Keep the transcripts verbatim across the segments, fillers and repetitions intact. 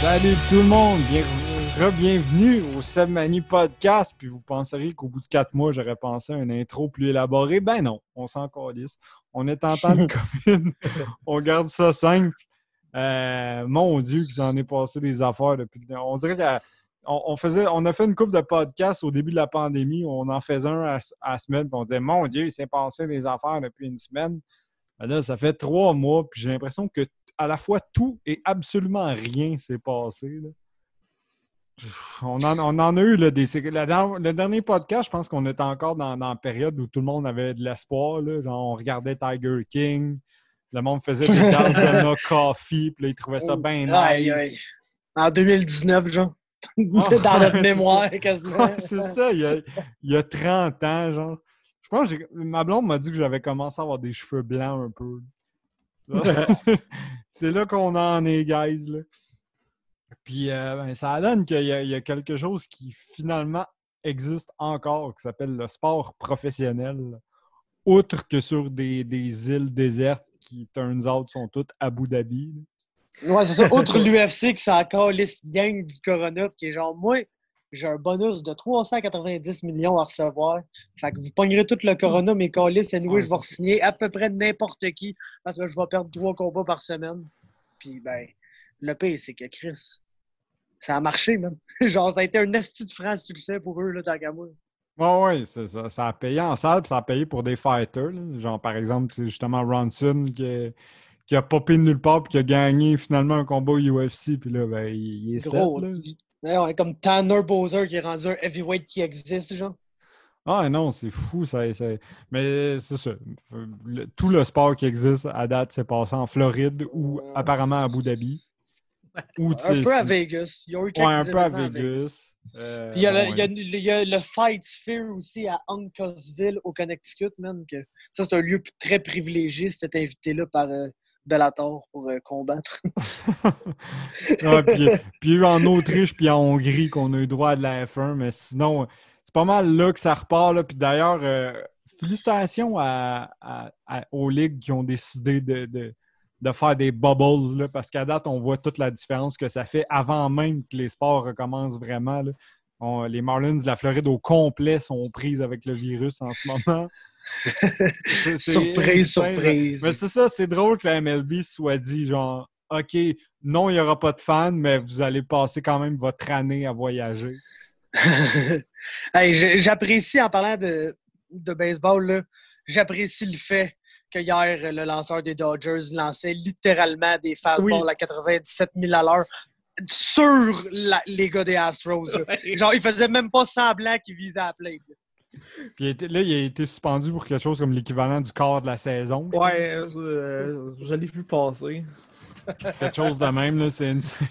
Salut tout le monde, bien, re-bienvenue au Submanie Podcast. Puis vous penseriez qu'au bout de quatre mois, j'aurais pensé à une intro plus élaborée. Ben non, on s'en calisse. On est en temps de COVID, on garde ça simple. Euh, mon Dieu, qu'il s'en est passé des affaires depuis. On dirait qu'on on faisait, on a fait une couple de podcasts au début de la pandémie. On en faisait un à, à la semaine. Puis on disait, mon Dieu, il s'est passé des affaires depuis une semaine. Ben là, ça fait trois mois. Puis j'ai l'impression que à la fois tout et absolument rien s'est passé. Là. On, en, on en a eu là, des. La, le dernier podcast, je pense qu'on était encore dans, dans la période où tout le monde avait de l'espoir. Là. Genre, on regardait Tiger King. Le monde faisait des Dalgona Coffee, puis là, ils trouvaient ça bien nice. Aïe, aïe. En deux mille dix-neuf, genre. Oh, dans notre mémoire, ça. quasiment. Ouais, c'est ça, il y, a, il y a trente ans, genre. Je pense que ma blonde m'a dit que j'avais commencé à avoir des cheveux blancs un peu. C'est là qu'on en est, guys. Là. Puis euh, ben, ça donne qu'il y a, il y a quelque chose qui finalement existe encore, qui s'appelle le sport professionnel. Outre que sur des, des îles désertes qui, turns out, sont toutes à Abu Dhabi. Ouais, c'est ça. Outre l'U F C qui s'est encore liste gang du Corona, qui est genre, moi, j'ai un bonus de trois cent quatre-vingt-dix millions à recevoir. Fait que vous pognerez tout le Corona, mes calices, et anyway, ouais, je vais re-signer à peu près n'importe qui parce que je vais perdre trois combats par semaine. Puis, ben, le pire, c'est que Chris, ça a marché, man. Genre, ça a été un esti de franc succès pour eux, là, tant qu'à moi. Oui, oui, c'est ça. Ça a payé en salle, puis ça a payé pour des fighters. Là. Genre, par exemple, justement, Ronson qui, qui a popé de nulle part puis qui a gagné finalement un combat U F C. Puis là, ben, il, il est gros. sept, là. Ouais, comme Tanner Bowser qui est rendu un heavyweight qui existe, genre. Ah non, c'est fou. Ça, ça... Mais c'est ça. Le, tout le sport qui existe à date s'est passé en Floride ou euh... apparemment à Abu Dhabi. Ou, un peu à Vegas. Il y a eu quelques ouais, un peu à Vegas. À Vegas. Euh, Puis il y, a bon, le, il, y a, il y a le Fight Sphere aussi à Uncasville, au Connecticut, man. Que ça, c'est un lieu très privilégié. C'était invité là par euh, Bellator pour euh, combattre. ouais, puis, puis il y a eu en Autriche puis en Hongrie qu'on a eu droit à de la F un, mais sinon, c'est pas mal là que ça repart. Là. Puis d'ailleurs, euh, félicitations à, à, à, aux ligues qui ont décidé de, de, de faire des bubbles, là, parce qu'à date, on voit toute la différence que ça fait avant même que les sports recommencent vraiment. Là. On, les Marlins de la Floride au complet sont prises avec le virus en ce moment. C'est, c'est surprise, insane, surprise. Mais c'est ça, c'est drôle que la M L B soit dit genre OK, non, il n'y aura pas de fans, mais vous allez passer quand même votre année à voyager. Hey, j'apprécie, en parlant de, de baseball, là, j'apprécie le fait que hier, le lanceur des Dodgers lançait littéralement des fastballs oui. à quatre-vingt-dix-sept mille à l'heure sur la, les gars des Astros. Là. Genre, il faisait même pas semblant qu'il visait à la plate. Là. Puis là, il a été suspendu pour quelque chose comme l'équivalent du quart de la saison. Ouais, euh, je l'ai vu passer. Quelque chose de même, là, c'est insane.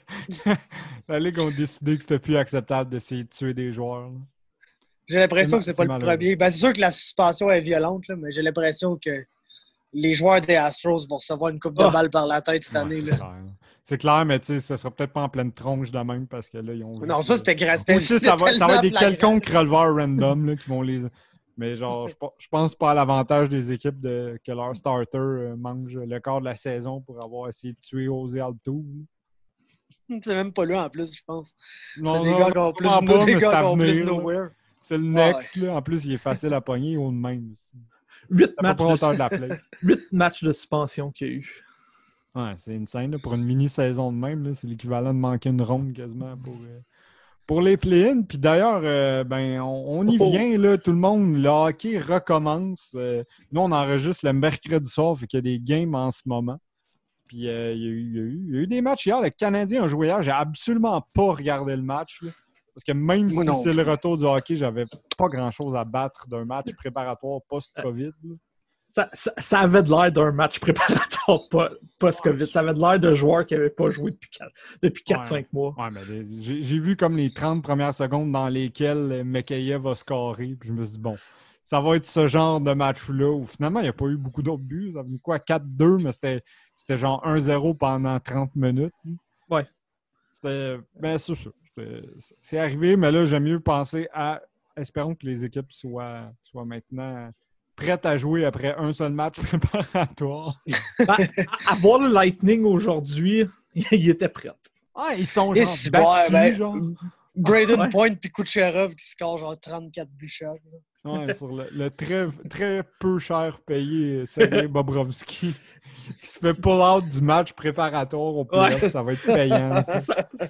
La Ligue a décidé que c'était plus acceptable d'essayer de tuer des joueurs. Là. J'ai l'impression que c'est, c'est pas malheureux. Le premier. Ben, c'est sûr que la suspension est violente, là, mais j'ai l'impression que les joueurs des Astros vont recevoir une coupe de oh. balles par la tête cette ouais, année. C'est là. clair, c'est clair, mais tu sais, ça sera peut-être pas en pleine tronche de même parce que là, ils ont. Non, ça, c'était grave. Ou ça va, ça va être des quelconques releveurs random là, qui vont les. Mais genre, je pense pas à l'avantage des équipes de, que leur starter euh, mange le quart de la saison pour avoir essayé de tuer José Altuve. C'est même pas lui en plus, je pense. Non, c'est non, des gars qui ont plus, pas, no, des gars venir, plus nowhere. C'est le next, ouais. Là. En plus, il est facile à pogner ou de même. Huit matchs, de... Huit matchs de suspension qu'il y a eu. Ouais, c'est insane. Là, pour une mini-saison de même, là, c'est l'équivalent de manquer une ronde quasiment pour, euh, pour les play-ins. Puis d'ailleurs, euh, ben, on, on y vient, là, tout le monde. Le hockey recommence. Euh, nous, on enregistre le mercredi soir, fait qu'il y a des games en ce moment. Puis euh, il, y a eu, il, y a eu, il y a eu des matchs hier. Le Canadien a joué hier. J'ai absolument pas regardé le match. Là, parce que même Moi si non. c'est le retour du hockey, j'avais pas grand-chose à battre d'un match préparatoire post-COVID. Ça, ça, ça avait de l'air d'un match préparatoire post-COVID. Ouais, ça avait de l'air de joueurs qui n'avaient pas joué depuis depuis quatre cinq ouais, mois. Ouais, mais j'ai, j'ai vu comme les trente premières secondes dans lesquelles Mikheyev va scorer. Puis je me suis dit, bon, ça va être ce genre de match-là où finalement, il n'y a pas eu beaucoup d'autres buts. Ça a venu quoi, quatre deux, mais c'était, c'était genre un zéro pendant trente minutes. Ouais. C'était, ben c'est ça. C'était, c'est arrivé, mais là, j'aime mieux penser à, espérons que les équipes soient, soient maintenant prêtes à jouer après un seul match préparatoire. Ben, à voir le Lightning aujourd'hui, il était prêt. Ah, ils sont Et genre si, battus, ouais, ben, genre. Braden Ouais. Point puis Kucherov qui score genre trente-quatre buts chaque. là. Ouais, sur le, le très, très peu cher payé Sergei Bobrovski qui se fait pull-out du match préparatoire au playoff. Ouais. Ça va être payant, ça. Ça- ça-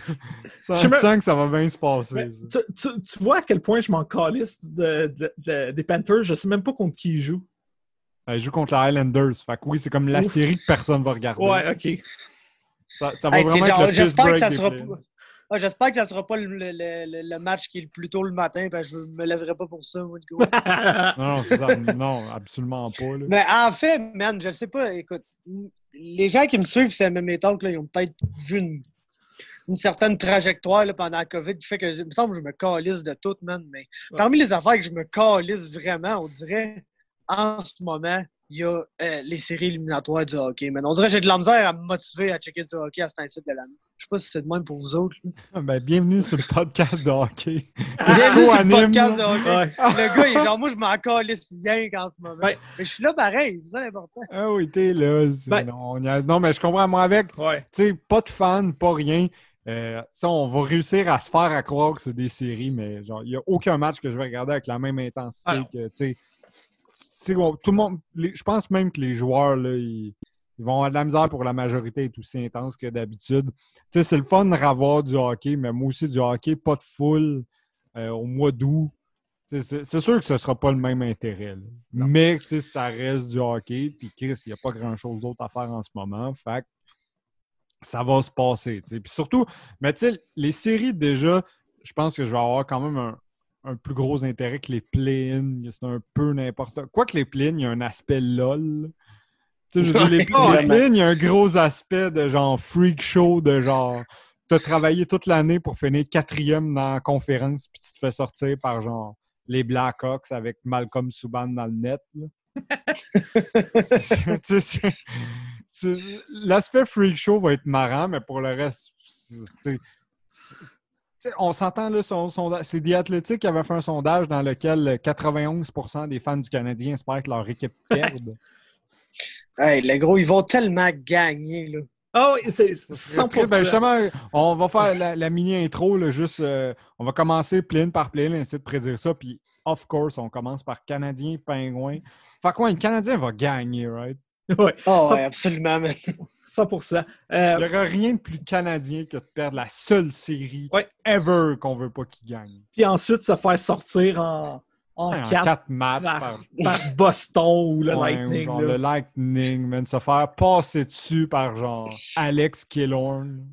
Ça Je sais même- sent que ça va bien se passer, Mais ça. tu, tu- tu vois à quel point je m'en calisse de, de- de- des Panthers. Je sais même pas contre qui ils jouent. Elle joue contre les Highlanders. Fait que oui, c'est comme la Ouf. série que personne va regarder. Ouais, ok. Ça, ça va Hey, t'es vraiment genre, être le piss j'espère que break ça des sera playoffs. pas. Ah, j'espère que ça sera pas le, le- le- le match qui est le plus tôt le matin, parce que je me lèverai pas pour ça, moi, le gars. Non, non, c'est ça. Non, absolument pas. Là. Mais en fait, man, je sais pas, écoute, les gens qui me suivent sur M M A Talk, là, ils ont peut-être vu une, une certaine trajectoire là, pendant la COVID qui fait que, il me semble que je me calisse de tout, man. Mais Ouais. parmi les affaires que je me calisse vraiment, on dirait, en ce moment, il y a euh, les séries éliminatoires du hockey. Man. On dirait que j'ai de la misère à me motiver à checker du hockey à cet incite de l'année. Je sais pas si c'est de même pour vous autres. là. Ben, bienvenue sur le podcast de hockey. Bienvenue sur le Co-anime, podcast de là. hockey. Ouais. Le gars, il est genre, moi, je m'en calisse bien en ce moment. Ouais. Mais je suis là pareil, c'est ça l'important. Ah oui, t'es là. c'est- Ben- non, on y a- non, mais je comprends, moi, avec, Ouais. tu sais, pas de fans, pas rien. Euh, ça, on va réussir à se faire à croire que c'est des séries, mais genre, il n'y a aucun match que je vais regarder avec la même intensité Ah non. que, tu sais, c'est bon, tout le monde, les- je pense même que les joueurs, là, ils, ils vont avoir de la misère pour la majorité être aussi intense que d'habitude. Tu sais, c'est le fun de revoir du hockey, mais moi aussi, du hockey, pas de foule euh, au mois d'août. Tu sais, C'est c'est sûr que ce ne sera pas le même intérêt. là. Mais tu sais, ça reste du hockey. Puis Chris, il n'y a pas grand-chose d'autre à faire en ce moment. Fait que ça va se passer. tu sais. Puis surtout, mais tu sais, les séries déjà, je pense que je vais avoir quand même un, un plus gros intérêt que les play-in. C'est un peu n'importe quoi. Quoique les play-in, il y a un aspect LOL. Tu sais, je veux dire, les, les play-in, il y a un gros aspect de genre freak show, de genre t'as travaillé toute l'année pour finir quatrième dans la conférence, puis tu te fais sortir par genre les Blackhawks avec Malcolm Subban dans le net. là. Tu sais, c'est- c'est- L'aspect freak show va être marrant, mais pour le reste, c'est- c'est- c'est- tu sais, on s'entend là, son, sondage- c'est The Athletic qui avait fait un sondage dans lequel quatre-vingt-onze pour cent des fans du Canadien espèrent que leur équipe perde. Hey, le gros, ils vont tellement gagner, là. Ah oui, c'est cent pour cent. Ben justement, on va faire la, la mini-intro, là, juste, euh, on va commencer play-in par play-in, essayer de prédire ça, puis of course, on commence par Canadien, Pingouin. Fait quoi, le Canadien va gagner, right? Ouais, Oh, Ça- ouais, absolument, man. cent pour cent. Il Euh, n'y aura rien de plus canadien que de perdre la seule série Ouais. ever qu'on veut pas qu'il gagne. Puis ensuite, se faire sortir en, en En quatre quatre matchs par, par par Boston ou le ouais, ou Lightning. genre là. le Lightning, man, se faire passer dessus par genre Alex Killorn.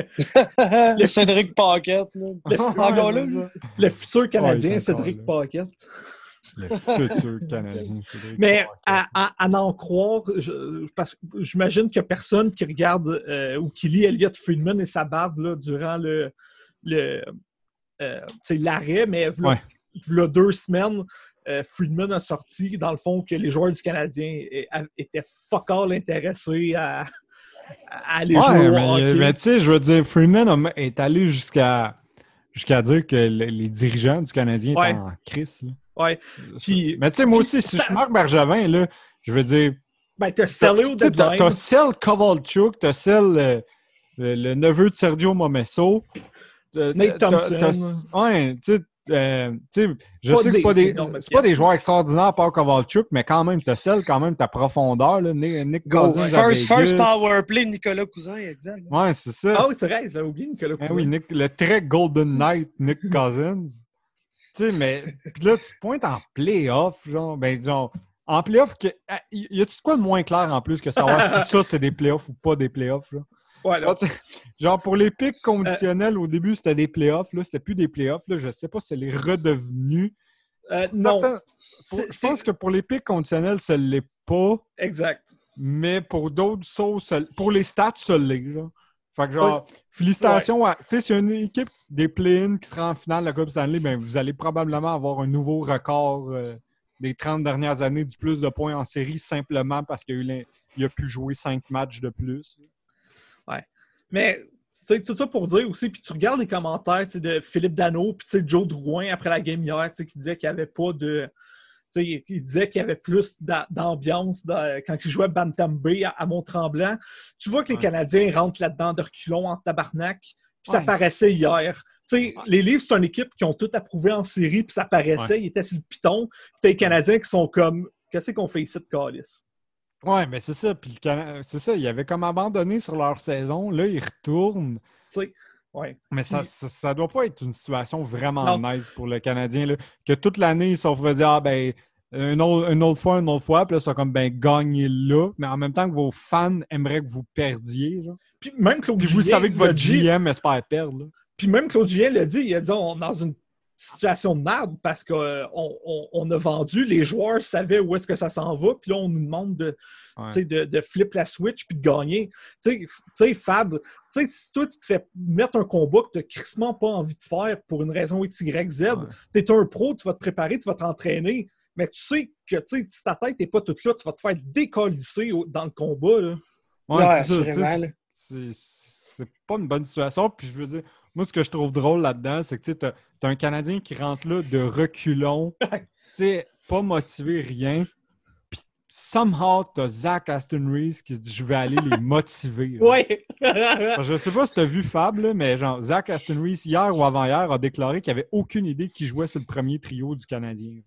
Le Cédric Paquette, là. Le- Encore là, Ouais, c'est lui? ça. Le futur Canadien, Ouais, il est encore Cédric là. Paquette. Le futur Canadien. Cédric Mais Paquette. à, à, à n'en croire, je- parce que j'imagine qu'il n'y a personne qui regarde euh, ou qui lit Elliott Friedman et sa barbe là, durant le, le euh, tu sais, l'arrêt, mais v'là, Ouais. v'là deux semaines, euh, Friedman a sorti, dans le fond, que les joueurs du Canadien é- a- étaient fuck all intéressés à, à aller Ouais, jouer au mais, hockey. mais tu sais, je veux dire, Freeman a- est allé jusqu'à jusqu'à dire que le- les dirigeants du Canadien Ouais. étaient en crise. là. Ouais. Puis- mais tu sais, moi puis aussi, si ça- je suis Marc Bergevin, là, je veux dire, Ben, t'as scellé au Tu sais, T'as deadline. t'as Sel Kovalchuk, t'as Sel, euh, le, le neveu de Sergio Momesso. T'as- Nate t'as- Thompson. t'as- Ouais, tu sais, euh, tu sais, je Pas sais que des c'est pas des, énormes c'est pas des pièces. joueurs extraordinaires à part Kovalchuk, mais quand même, t'as Sel, quand même, ta profondeur. Là, Nick, Nick Go. Cousins à First, first Vegas. power play, Nicolas Cousin, exact. Ouais, c'est ça. Ah oui, c'est vrai, j'avais oublié Nicolas Ah Cousin. oui, Nick- le très Golden Knight, Nick Cousins. Tu sais, mais puis là, tu te pointes en playoff, genre, ben, genre, en playoff, que, ah, y y a-tu de quoi de moins clair en plus que savoir si ça, c'est des playoffs ou pas des playoffs, là? Ouais, là. Là, tu sais, genre, pour les pics conditionnels, au début, c'était des playoffs, là, c'était plus des playoffs, là, je sais pas si c'est les redevenus. Euh, non, Certains- pour- C'est- je c'est- pense que pour les pics conditionnels, ça l'est pas, exact. mais pour d'autres sauces, ça- pour les stats, ça l'est, genre. Fait que genre, félicitations à... Tu sais, s'il y a une équipe des play-in qui sera en finale de la Coupe Stanley, ben vous allez probablement avoir un nouveau record euh, des trente dernières années du plus de points en série simplement parce qu'il a, eu l'in- il a pu jouer cinq matchs de plus. Mais c'est tout ça pour dire aussi, puis tu regardes les commentaires tu sais, de Philippe Dano, puis tu sais, Joe Drouin après la game hier, tu sais, qui disait qu'il n'y avait pas de. Tu il, il disait qu'il y avait plus d'a- d'ambiance dans, quand il jouait Bantam Bay à, à Mont-Tremblant. Tu vois que les Ouais. Canadiens rentrent là-dedans de reculons en tabarnak, puis ça Ouais, paraissait hier. T'sais, Ouais. Les Leafs, c'est une équipe qui ont tout approuvé en série, puis ça paraissait, Ouais. ils étaient sur le piton. Puis t'as les Canadiens qui sont comme, qu'est-ce qu'on fait ici de calice? Ouais, mais c'est ça. Puis le Cana- c'est ça, ils avaient comme abandonné sur leur saison. Là, ils retournent. T'sais, ouais. Mais ça, Puis- ça, ça doit pas être une situation vraiment Non. nice pour le Canadien. Là, que toute l'année, ils se fait dire ah, ben, une autre, une autre fois, une autre fois. Puis là, c'est comme ben, gagnez là. Mais en même temps que vos fans aimeraient que vous perdiez. Genre. Puis même Claude Puis vous Julien savez que l'a votre dit- G M espère perdre. Là. Puis même Claude Julien l'a dit, il a dit on est dans une situation de merde parce qu'on on, on a vendu, les joueurs savaient où est-ce que ça s'en va, puis là on nous demande de, Ouais. tu sais, de, de flip la switch puis de gagner. Tu sais, tu sais, Fab, tu sais, si toi tu te fais mettre un combat que tu n'as crissement pas envie de faire pour une raison X, Y, Z, Ouais. tu es un pro, tu vas te préparer, tu vas t'entraîner, mais tu sais que tu sais, si ta tête n'est pas toute là, tu vas te faire décalisser au- dans le combat. Là. Ouais, Ouais, c'est ça. tu sais, assurément, là. c'est, c'est pas une bonne situation. Puis je veux dire, moi, ce que je trouve drôle là-dedans, c'est que tu sais, t'as, t'as un Canadien qui rentre là de reculons, tu sais, pas motivé, rien. Puis somehow, t'as Zach Aston Reese qui se dit je vais aller les motiver. là. Ouais! Parce que Je sais pas si t'as vu Fab, là, mais genre, Zach Aston Reese, hier ou avant-hier, a déclaré qu'il avait aucune idée qui jouait sur le premier trio du Canadien.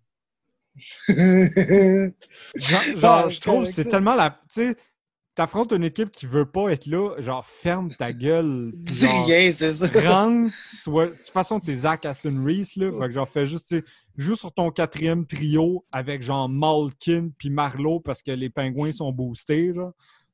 Genre, genre, Ouais, je trouve que c'est c'est ça. tellement la. Tu sais, t'affrontes une équipe qui veut pas être là, genre, ferme ta gueule. puis Dis genre, rien, c'est ça. rentre, soit. De toute façon, t'es Zach Aston Reese, là. Fait que genre, fais juste, tu sais, joue sur ton quatrième trio avec genre Malkin puis Marleau parce que les pingouins sont boostés, genre.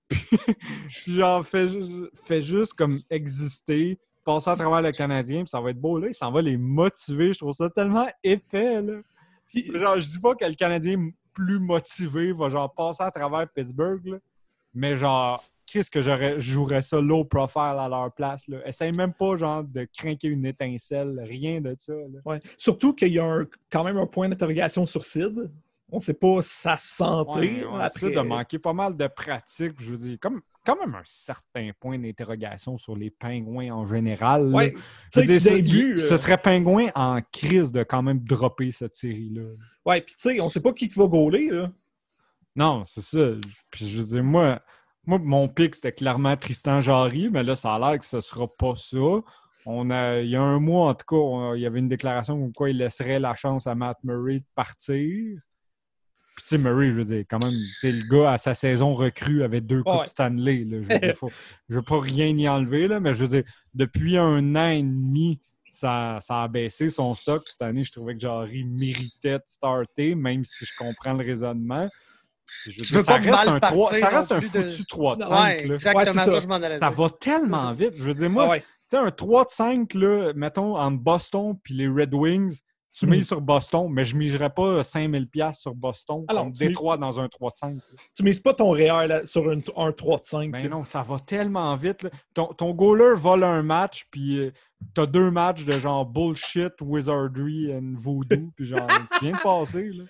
Puis genre, fais, ju- fais juste comme exister, passer à travers le Canadien, puis ça va être beau, là. Il s'en va les motiver. Je trouve ça tellement épais, là. Puis, Genre, je dis pas que le Canadien plus motivé va genre passer à travers Pittsburgh, là, mais genre, qu'est-ce que j'aurais, je jouerais ça low profile à leur place, là. Essaye même pas, genre, de craquer une étincelle, rien de ça, là. ouais. Surtout qu'il y a un- quand même un point d'interrogation sur Sid. On ne sait pas sa santé. Ouais, ouais, après... ça, de manquer pas mal de pratique, je veux dire, comme, quand même un certain point d'interrogation sur les pingouins en général, là. Ouais, Je tu veux sais, dire, puis ça- début, il- euh, ce serait pingouin en crise de quand même dropper cette série-là. ouais, puis tu sais, on sait pas qui qui va gauler, là. Non, c'est ça. Puis je veux dire, moi, moi mon pic, c'était clairement Tristan Jarry, mais là, ça a l'air que ce sera pas ça. On a, il y a un mois, en tout cas, on- il y avait une déclaration comme quoi il laisserait la chance à Matt Murray de partir. Puis, tu sais, Murray, je veux dire, quand même, tu sais, le gars, à sa saison recrue, avait deux Coupes Ouais. Stanley. Là, je veux dire, faut- je veux pas rien y enlever, là, mais je veux dire, depuis un an et demi, ça, ça a baissé son stock. Puis cette année, je trouvais que Jarry méritait de starter, même si je comprends le raisonnement. Puis je veux Tu dire, veux ça pas reste mal un, trois- partir ça reste non un plus de- foutu trois de Ouais, cinq. là. exactement Ouais, c'est ça, ça. je m'en allais Ça dire. va tellement vite. Je veux dire, moi, Ah ouais. tu sais, un trois de cinq, là, mettons, entre Boston et les Red Wings, tu Mm. mises sur Boston, mais je ne miserais pas cinq mille dollars sur Boston Alors, contre tu- Détroit dans un trois de cinq. là. Tu mises pas ton réel là, sur un, un trois de cinq. Ben là. non, ça va tellement vite. là. Ton, ton goaler vole un match, puis euh, t'as deux matchs de genre bullshit, wizardry and voodoo, puis genre, qui vient de passer. Là.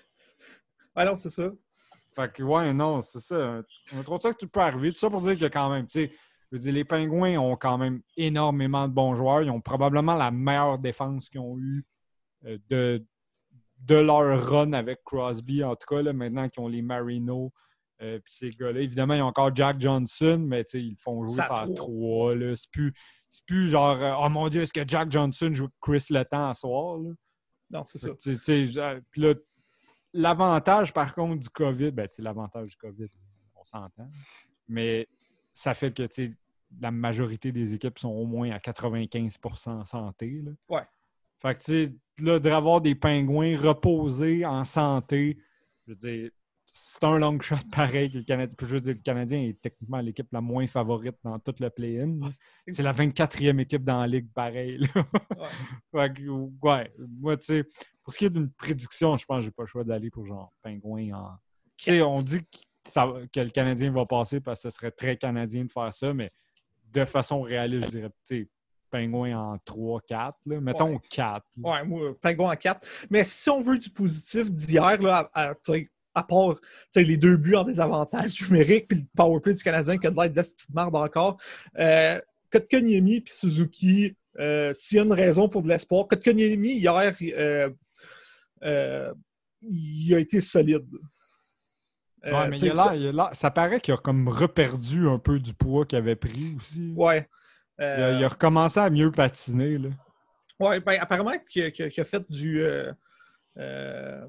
Ah non, c'est ça. Fait que, ouais, non, c'est ça. Un, un trois de cinq, tout peut arriver. Tout ça pour dire que quand même, tu sais, je veux dire, les Pingouins ont quand même énormément de bons joueurs. Ils ont probablement la meilleure défense qu'ils ont eue euh, de, de leur run avec Crosby, en tout cas, là, maintenant qu'ils ont les Marino. Euh, puis ces gars-là, évidemment, ils ont encore Jack Johnson, mais tu sais, ils le font jouer Ça ça à trois. trois. Là. C'est plus, c'est plus genre, euh, oh mon Dieu, est-ce que Jack Johnson joue Chris Letang à soir? Là? Non, c'est ça. Fait que, tu sais, tu sais, euh, puis là, l'avantage, par contre, du COVID, ben, tu sais, l'avantage du COVID, on s'entend, mais ça fait que, tu sais, la majorité des équipes sont au moins à quatre-vingt-quinze pour cent en santé. Là. Ouais. Fait que, tu sais, là, d'avoir des Pingouins reposés en santé, je veux dire, c'est un long shot pareil que le Canadien. Puis je veux dire, le Canadien est techniquement l'équipe la moins favorite dans tout le play-in. là. C'est la vingt-quatrième équipe dans la ligue, pareil. là. Fait que, ouais, moi, tu sais, pour ce qui est d'une prédiction, je pense que j'ai pas le choix d'aller pour genre Pingouin en. Tu sais, on dit que, ça, que le Canadien va passer parce que ce serait très canadien de faire ça, mais de façon réaliste, je dirais, tu sais, Pingouin en trois quatre, là. Mettons Ouais. quatre. là. Ouais, moi, Pingouin en quatre. Mais si on veut du positif d'hier, là, à, à, tu sais, à part tu sais, les deux buts en désavantage numérique puis le powerplay du Canadien qui a de l'air de la petite marde encore, euh, Kotkaniemi puis Suzuki, euh, s'il y a une raison pour de l'espoir, Kotkaniemi, hier, euh, euh, il a été solide. Euh, ouais, mais il a l'air, il a l'air, ça paraît qu'il a comme reperdu un peu du poids qu'il avait pris aussi. Ouais. Euh... Il, a, il a recommencé à mieux patiner. Là. Ouais, ben apparemment qu'il a, qu'il a fait du, euh, euh,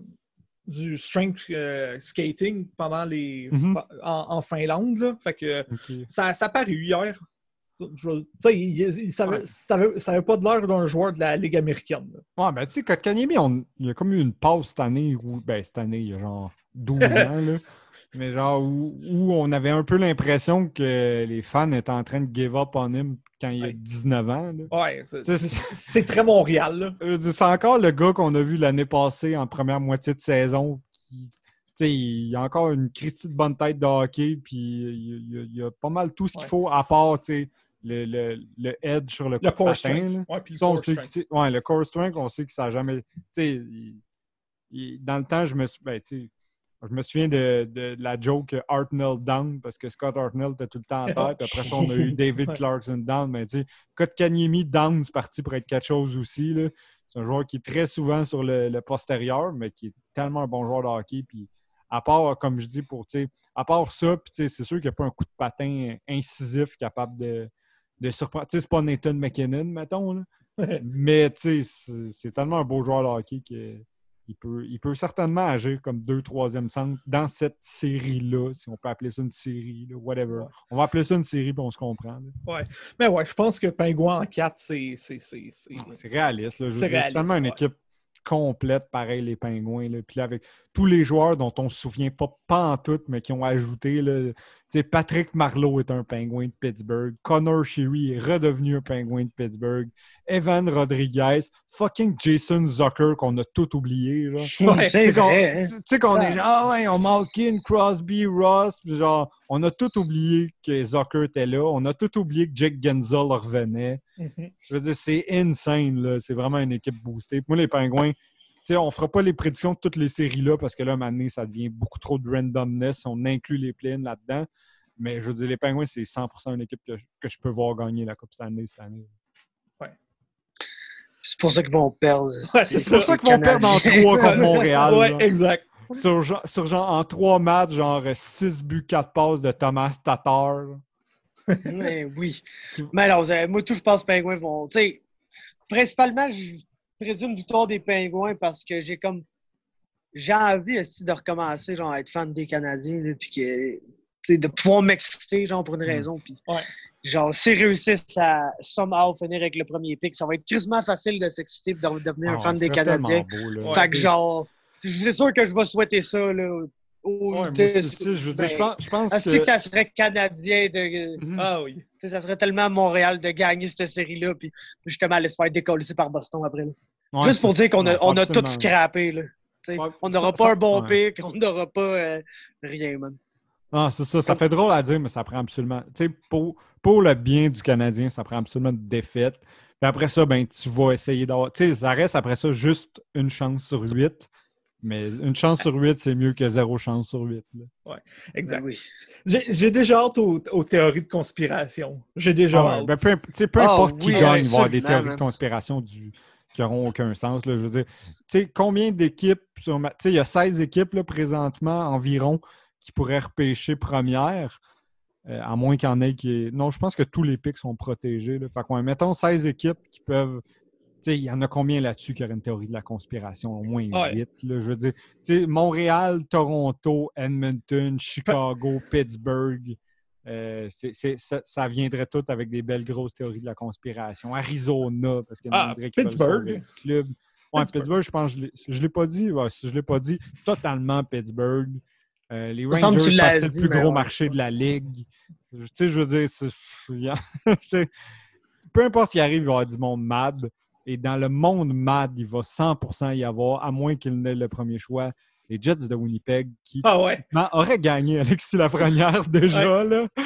du strength euh, skating pendant les mm-hmm. en, en Finlande. Là. Fait que okay. ça, ça a paru hier. Tu sais, il, il savait, ouais. savait, savait pas de l'air d'un joueur de la Ligue américaine. Là. Ouais, ben tu sais, Kotkaniemi, on, il y a comme eu une pause cette année où, ben cette année, il y a genre douze ans, là. Mais genre où, où on avait un peu l'impression que les fans étaient en train de give up on him quand il ouais. a dix-neuf ans. Là. Ouais, c'est, c'est, c'est très Montréal. Là. C'est encore le gars qu'on a vu l'année passée en première moitié de saison. Qui, il a encore une Christie de bonne tête de hockey, puis il, il, il a pas mal tout ce qu'il ouais. faut, à part le, le, le edge sur le, le coup de patin. Ouais, puis le ça, on core sait strength. Que, ouais, le core strength, on sait que ça n'a jamais... Il, il, dans le temps, je me suis... Ben, Je me souviens de, de, de la joke Hartnell down parce que Scott Hartnell était tout le temps en tête. Après ça, on a eu David Clarkson down. Mais tu sais, Kotkaniemi down, c'est parti pour être quelque chose aussi. Là. C'est un joueur qui est très souvent sur le, le postérieur, mais qui est tellement un bon joueur de hockey. Puis à part, comme je dis, pour tu sais, à part ça, puis c'est sûr qu'il n'y a pas un coup de patin incisif capable de, de surprendre. Tu sais, c'est pas Nathan McKinnon, mettons. Là. Mais tu sais, c'est, c'est tellement un beau joueur de hockey que. Il peut, il peut certainement agir comme deux, troisième centre dans cette série-là, si on peut appeler ça une série, là, whatever. Ouais. On va appeler ça une série, puis on se comprend. Là. Ouais. Mais ouais, je pense que Pingouin en quatre, c'est... C'est, c'est, c'est... c'est réaliste. Là. Je c'est, dire, réaliste, c'est tellement une ouais. équipe complète, pareil, les Pingouins. Là. Puis là, avec tous les joueurs dont on se souvient pas, pas en tout, mais qui ont ajouté... Là, Patrick Marleau est un Pingouin de Pittsburgh. Connor Sheary est redevenu un Pingouin de Pittsburgh. Evan Rodriguez. Fucking Jason Zucker qu'on a tout oublié. Là. Ouais, c'est vrai. Tu sais qu'on est genre, ah ouais, on Malkin, Crosby, Ross. Genre, on a tout oublié que Zucker était là. On a tout oublié que Jake Gensel revenait. Mm-hmm. Je veux dire, c'est insane. Là. C'est vraiment une équipe boostée. Moi, les Pingouins, t'sais, on ne fera pas les prédictions de toutes les séries-là parce que là, maintenant, ça devient beaucoup trop de randomness. On inclut les play-ins là-dedans. Mais je veux dire, les Pingouins, c'est cent pour cent une équipe que je, que je peux voir gagner la Coupe Stanley cette année. Ouais. C'est pour ça qu'ils vont perdre. Ouais, c'est, c'est pour ça qu'ils vont perdre en trois contre Montréal. Ouais, genre. Exact. Sur, sur genre, en trois matchs, genre six buts, quatre passes de Thomas Tatar. Mais oui. Mais alors, moi, tout, je pense que les Pingouins vont... Tu sais, principalement, je présume du tort des Pingouins parce que j'ai comme... J'ai envie aussi de recommencer, genre, à être fan des Canadiens, là, puis que... de pouvoir m'exciter, genre, pour une raison. Puis, ouais. genre, s'ils réussissent à somehow finir avec le premier pick, ça va être crissement facile de s'exciter et de devenir oh, un fan des Canadiens. Beau, fait ouais, que, genre, je suis sûr que je vais souhaiter ça, là. Au, ouais, de, moi aussi, je veux dire, ben, je pense, je pense que... que ça serait Canadien de... Mm-hmm. Ah oui. T'sais, ça serait tellement Montréal de gagner cette série-là, puis justement, aller se faire décoller par Boston après, là. Ouais, Juste pour dire qu'on a, on a tout scrappé, là. Ouais, on n'aura pas ça, un bon ouais. pick, on n'aura pas euh, rien, man. Ah, c'est ça. Ça Comme... fait drôle à dire, mais ça prend absolument... Tu sais, pour, pour le bien du Canadien, ça prend absolument une défaite. Puis après ça, ben tu vas essayer d'avoir... Tu sais, ça reste après ça juste une chance sur huit. Mais une chance sur huit, c'est mieux que zéro chance sur huit. Oui, exact. Ben oui. J'ai, j'ai déjà hâte aux, aux théories de conspiration. J'ai déjà ah, hâte. Ben peu, peu importe oh, qui oui, gagne, il va y avoir des théories de conspiration du... qui n'auront aucun sens. Là. Je veux dire, tu sais, combien d'équipes... Sur ma... Tu sais, il y a seize équipes là, présentement environ qui pourraient repêcher première, euh, à moins qu'il y en ait qui... Non, je pense que tous les picks sont protégés. Là. Fait qu'on mettons seize équipes qui peuvent... Tu sais, il y en a combien là-dessus qui auraient une théorie de la conspiration? Au moins ouais. huit. Là, je veux dire, tu sais, Montréal, Toronto, Edmonton, Chicago, Pittsburgh... Euh, c'est, c'est, ça, ça viendrait tout avec des belles grosses théories de la conspiration. Arizona, parce qu'il y a ah, Pittsburgh. Le club. Ouais, Pittsburgh. Pittsburgh, je pense, je ne l'ai pas dit. Ouais, si je ne l'ai pas dit, totalement Pittsburgh. Euh, les Rangers, parce que c'est le plus gros ouais. marché de la Ligue. Tu sais, je veux dire, c'est, c'est, peu importe ce qui arrive, il va y avoir du monde mad. Et dans le monde mad, il va cent pour cent y avoir, à moins qu'il n'ait le premier choix. Les Jets de Winnipeg qui ah ouais. auraient gagné Alexis Lafrenière déjà. Ouais. Là.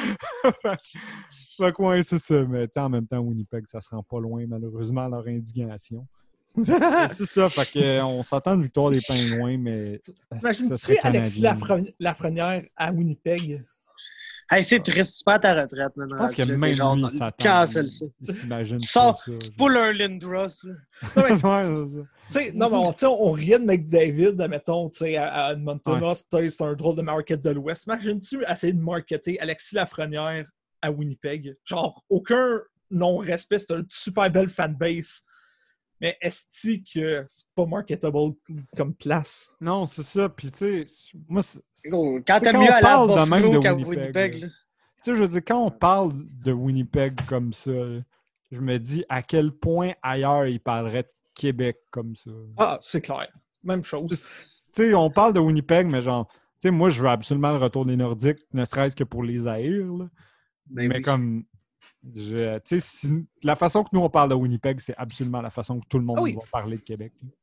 Fait que ouais, c'est ça. Mais en même temps, Winnipeg, ça se rend pas loin, malheureusement, à leur indignation. C'est ça. Fait que, on s'attend de victoire des Pingouins, mais imagine-tu Alexis Lafre- Lafrenière à Winnipeg? Hey, c'est triste, tu perds ta retraite maintenant. Je pense que même genre, lui, il s'attend. cancel ça. Il s'imagine Tu pas sors, ça. c'est pas leur Lindros, là. Non, mais, Ouais, c'est ça. t'sais, non, mais on, t'sais, on riait de McDavid, admettons, t'sais, à, à Edmonton, Ouais. t'sais, c'est un drôle de market de l'Ouest. Imagines-tu essayer de marketer Alexis Lafrenière à Winnipeg? Genre, aucun non-respect, c'est une super belle fanbase. Mais est-ce que c'est pas marketable comme place? Non, c'est ça. Puis, tu sais, moi, c'est- Gros, c'est- Quand tu sais, t'aimes mieux on aller à parle de même Buffalo de qu'à Winnipeg, Winnipeg, là. là. Tu sais, je veux dire, quand on parle de Winnipeg comme ça, là, je me dis à quel point ailleurs ils parleraient de Québec comme ça. Ah, c'est clair. Même chose. Tu sais, on parle de Winnipeg, mais genre, tu sais, moi, je veux absolument le retour des Nordiques, ne serait-ce que pour les haïr, là. Ben mais oui. comme, je- tu sais, si- la façon que nous, on parle de Winnipeg, c'est absolument la façon que tout le monde Ah oui. va parler de Québec. là.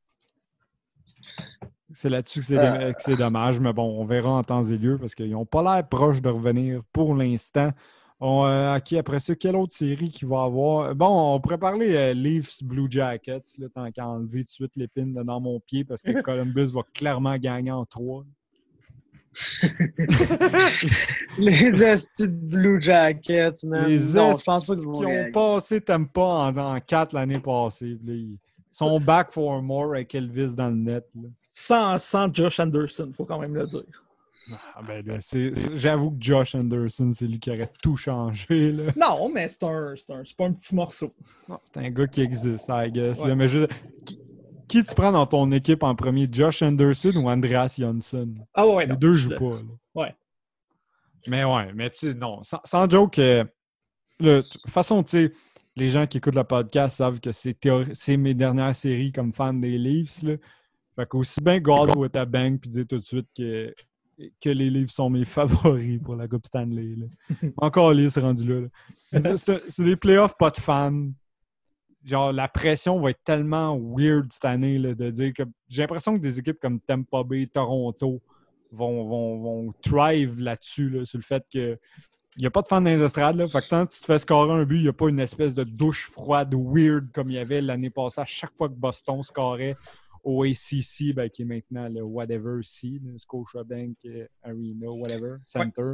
C'est là-dessus que c'est, Euh. que c'est dommage, mais bon, on verra en temps et lieu parce qu'ils n'ont pas l'air proches de revenir pour l'instant. On, euh, OK, après ça, quelle autre série qu'il va y avoir? Bon, on pourrait parler euh, Leafs Blue Jackets, là, tant qu'à enlever tout de suite l'épine de dans mon pied parce que Columbus va clairement gagner en trois. Les estis de Blue Jackets, man. Les non, Est je pense pas qu'ils vont qui ont gagner. passé Tampa en, en quatre l'année passée. Puis là, ils sont back for more avec Elvis dans le net. Là. Sans, sans Josh Anderson, faut quand même le dire. Ah, ben là, c'est, c'est- j'avoue que Josh Anderson, c'est lui qui aurait tout changé. Là. Non, mais c'est un, c'est un, c'est pas un petit morceau. Non, c'est un gars qui existe, I guess. Ouais. Là, mais je- qui, qui tu prends dans ton équipe en premier, Josh Anderson ou Andreas Johnsson? Ah ouais, Les non. deux jouent Je- pas. Là. Ouais. Mais ouais, mais tu sais, non, sans, sans joke, euh, là, de toute façon, tu sais, les gens qui écoutent le podcast savent que c'est, théori- c'est mes dernières séries comme fan des Leafs. Là. Fait qu'aussi bien God ou ta bank puis dire tout de suite que, que les Leafs sont mes favoris pour la Coupe Stanley. Là. Encore les c'est rendu là. là. C'est, c'est- c'est des playoffs pas de fans. Genre, la pression va être tellement weird cette année là, de dire que j'ai l'impression que des équipes comme Tampa Bay, Toronto vont, vont, vont thrive là-dessus, là, sur le fait que il n'y a pas de fans dans les estrades. Là. Fait que quand tu te fais scorer un but, il n'y a pas une espèce de douche froide weird comme il y avait l'année passée à chaque fois que Boston scorait au A C C, ben, qui est maintenant le whatever C, le Scotiabank Arena, whatever, Center.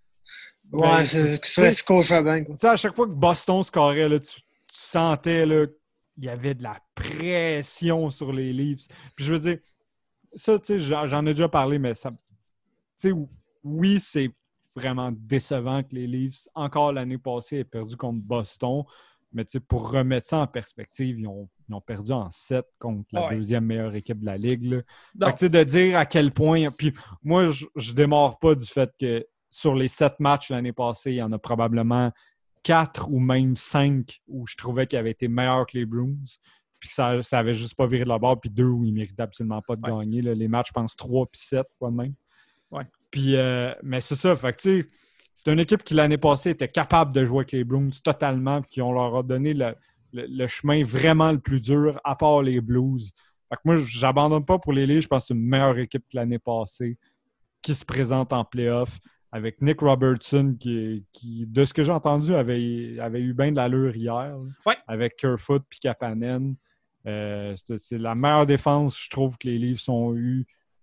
Ouais, Ben, c'est c'est- c'est Scotiabank. Tu sais, à chaque fois que Boston scorait, là, tu, tu sentais là, qu'il y avait de la pression sur les Leafs. Puis je veux dire, ça, tu sais, j'en, j'en ai déjà parlé, mais ça. Tu sais, oui, c'est vraiment décevant que les Leafs, encore l'année passée, aient perdu contre Boston. Mais tu sais, pour remettre ça en perspective, ils ont, ils ont perdu en sept contre la Ouais. deuxième meilleure équipe de la Ligue. Là. Non. Fait que, tu sais, de dire à quel point. Puis moi, je, je démarre pas du fait que sur les sept matchs l'année passée, il y en a probablement quatre ou même cinq où je trouvais qu'ils avaient été meilleurs que les Bruins. Puis que ça, ça avait juste pas viré de la barre. Puis deux où ils méritaient absolument pas de Ouais. gagner. Là. Les matchs, je pense, trois puis sept, quoi de même. Ouais. Puis, euh, mais c'est ça. Fait que, tu sais, c'est une équipe qui, l'année passée, était capable de jouer avec les Bruins totalement, puis qui on leur a donné le, le, le chemin vraiment le plus dur, à part les Blues. Fait que moi, j'abandonne pas pour les Leafs. Je pense que c'est une meilleure équipe que l'année passée qui se présente en playoff avec Nick Robertson qui, qui de ce que j'ai entendu, avait, avait eu bien de l'allure hier. là, Ouais. Avec Kerfoot puis Kapanen. Euh, c'est, c'est la meilleure défense, je trouve, que les Leafs ont eu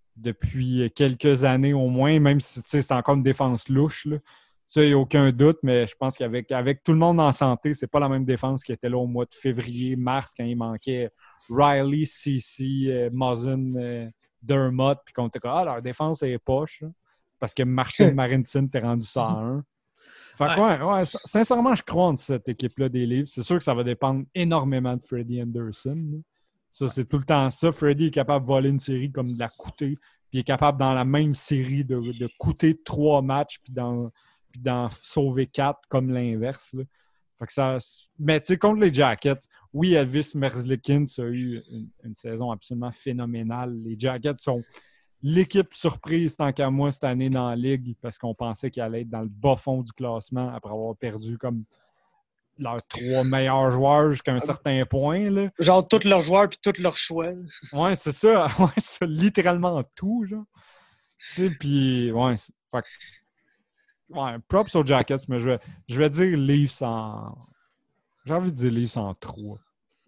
depuis quelques années au moins, même si tu sais, c'est encore une défense louche. Là. Ça, il n'y a aucun doute, mais je pense qu'avec avec tout le monde en santé, c'est pas la même défense qui était là au mois de février, mars, quand il manquait Riley, Ceci, euh, Muzzin, euh, Dermott, puis qu'on était comme, ah, leur défense est poche, là, parce que Martin Marincin t'est rendu cent un. Fait que, ouais, ouais, sin- sincèrement, je crois en cette équipe-là des Leafs. C'est sûr que ça va dépendre énormément de Freddie Anderson. là. Ça, c'est tout le temps ça. Freddie est capable de voler une série comme de la coûter, puis il est capable, dans la même série, de, de coûter trois matchs, puis d'en, puis d'en sauver quatre, comme l'inverse. là. Fait que ça, mais tu sais, contre les Jackets, oui, Elvis Merzlikins a eu une, une saison absolument phénoménale. Les Jackets sont l'équipe surprise, tant qu'à moi, cette année dans la Ligue, parce qu'on pensait qu'il allait être dans le bas fond du classement après avoir perdu comme leurs trois meilleurs joueurs jusqu'à un certain point. Là. Genre, tous leurs joueurs puis tous leurs choix. Ouais, c'est ça. Ouais, c'est littéralement tout, genre. Tu sais, puis, ouais, c'est- fait que- ouais, props aux Jackets, mais je vais, je vais dire Leafs en. J'ai envie de dire Leafs en trois.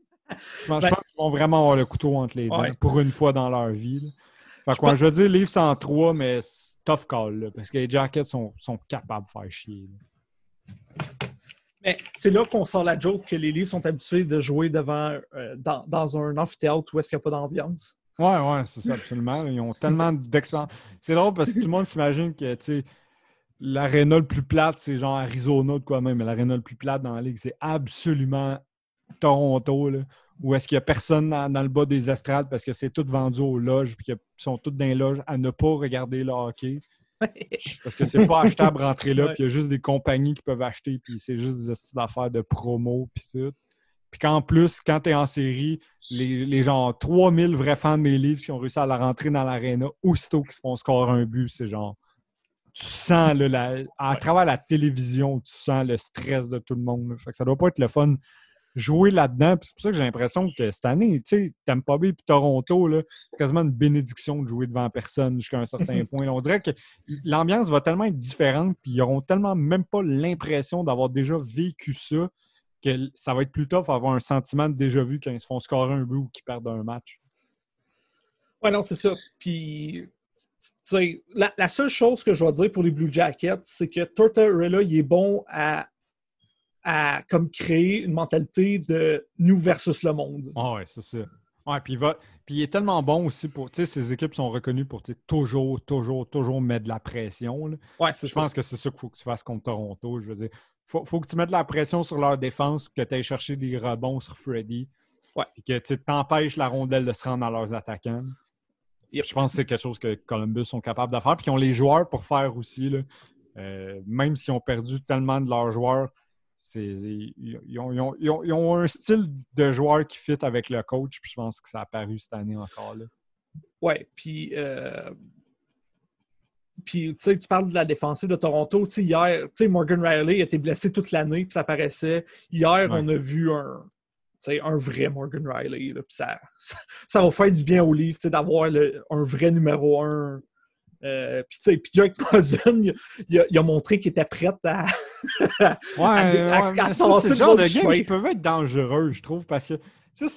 Je pense, je Ben- pense qu'ils vont vraiment avoir le couteau entre les dents Ouais. pour une fois dans leur vie. là. Fait Je que, ouais, pense- je vais dire Leafs en trois, mais tough call, là, parce que les Jackets sont, sont capables de faire chier. Là. Mais c'est là qu'on sort la joke que les Leafs sont habitués de jouer devant euh, dans, dans un amphithéâtre où est-ce qu'il n'y a pas d'ambiance. Ouais, ouais, c'est ça, absolument. Ils ont tellement d'expérience. C'est drôle parce que tout le monde s'imagine que, tu sais, l'aréna le plus plate, c'est genre Arizona de quoi même, mais l'aréna le plus plate dans la ligue, c'est absolument Toronto, là, où est-ce qu'il n'y a personne dans, dans le bas des estrades parce que c'est tout vendu aux loges puis qu'ils sont tous dans les loges à ne pas regarder le hockey. Parce que c'est pas achetable rentrer là, Ouais. puis il y a juste des compagnies qui peuvent acheter, puis c'est juste des astuces d'affaires de promo, puis tout. Puis qu'en plus, quand t'es en série, les, les genre trois mille vrais fans des Leafs qui ont réussi à la rentrer dans l'aréna, aussitôt qu'ils se font scorer un but, c'est genre... Tu sens, là, la, à Ouais. travers la télévision, tu sens le stress de tout le monde. Là. Fait que ça doit pas être le fun jouer là-dedans. Puis c'est pour ça que j'ai l'impression que cette année, tu sais, Tampa Bay et Toronto, là, c'est quasiment une bénédiction de jouer devant personne jusqu'à un certain point. Là, on dirait que l'ambiance va tellement être différente, puis ils n'auront tellement même pas l'impression d'avoir déjà vécu ça, que ça va être plus tough avoir un sentiment de déjà-vu quand ils se font scorer un but ou qu'ils perdent un match. Ouais, non, c'est ça. Puis, tu sais, la, la seule chose que je vais dire pour les Blue Jackets, c'est que Tortorella, il est bon à, à comme créer une mentalité de nous versus le monde. Ah ouais, c'est ça. Ouais, puis il va. Puis il est tellement bon aussi pour. Tu sais, ces équipes sont reconnues pour tu sais, toujours, toujours, toujours mettre de la pression. Là. Ouais, c'est Je ça. pense que c'est ça qu'il faut que tu fasses contre Toronto. Je veux dire, faut, faut que tu mettes de la pression sur leur défense, que tu ailles chercher des rebonds sur Freddie. Ouais. Puis que tu t'empêches la rondelle de se rendre dans leurs attaquants. Yep. Je pense que c'est quelque chose que Columbus sont capables de faire. Puis qu'ils ont les joueurs pour faire aussi. Là. Euh, même s'ils ont perdu tellement de leurs joueurs. C'est, ils, ils, ont, ils, ont, ils, ont, ils ont un style de joueur qui fit avec le coach, puis je pense que ça a apparu cette année encore. Là. Ouais, puis, euh... puis tu sais, tu parles de la défensive de Toronto. Tu sais, hier, tu sais, Morgan Riley a été blessé toute l'année, puis ça paraissait. Hier, ouais. on a vu un, tu sais, un vrai Morgan Riley, là, puis ça, ça, ça va faire du bien au livre, tu sais, d'avoir le, un vrai numéro un. Euh, puis, tu sais, puis Jake Muzzin, il, il, il a montré qu'il était prêt à. ouais, à, ouais à, à ça, c'est le genre de game qui peuvent être dangereux, je trouve, parce que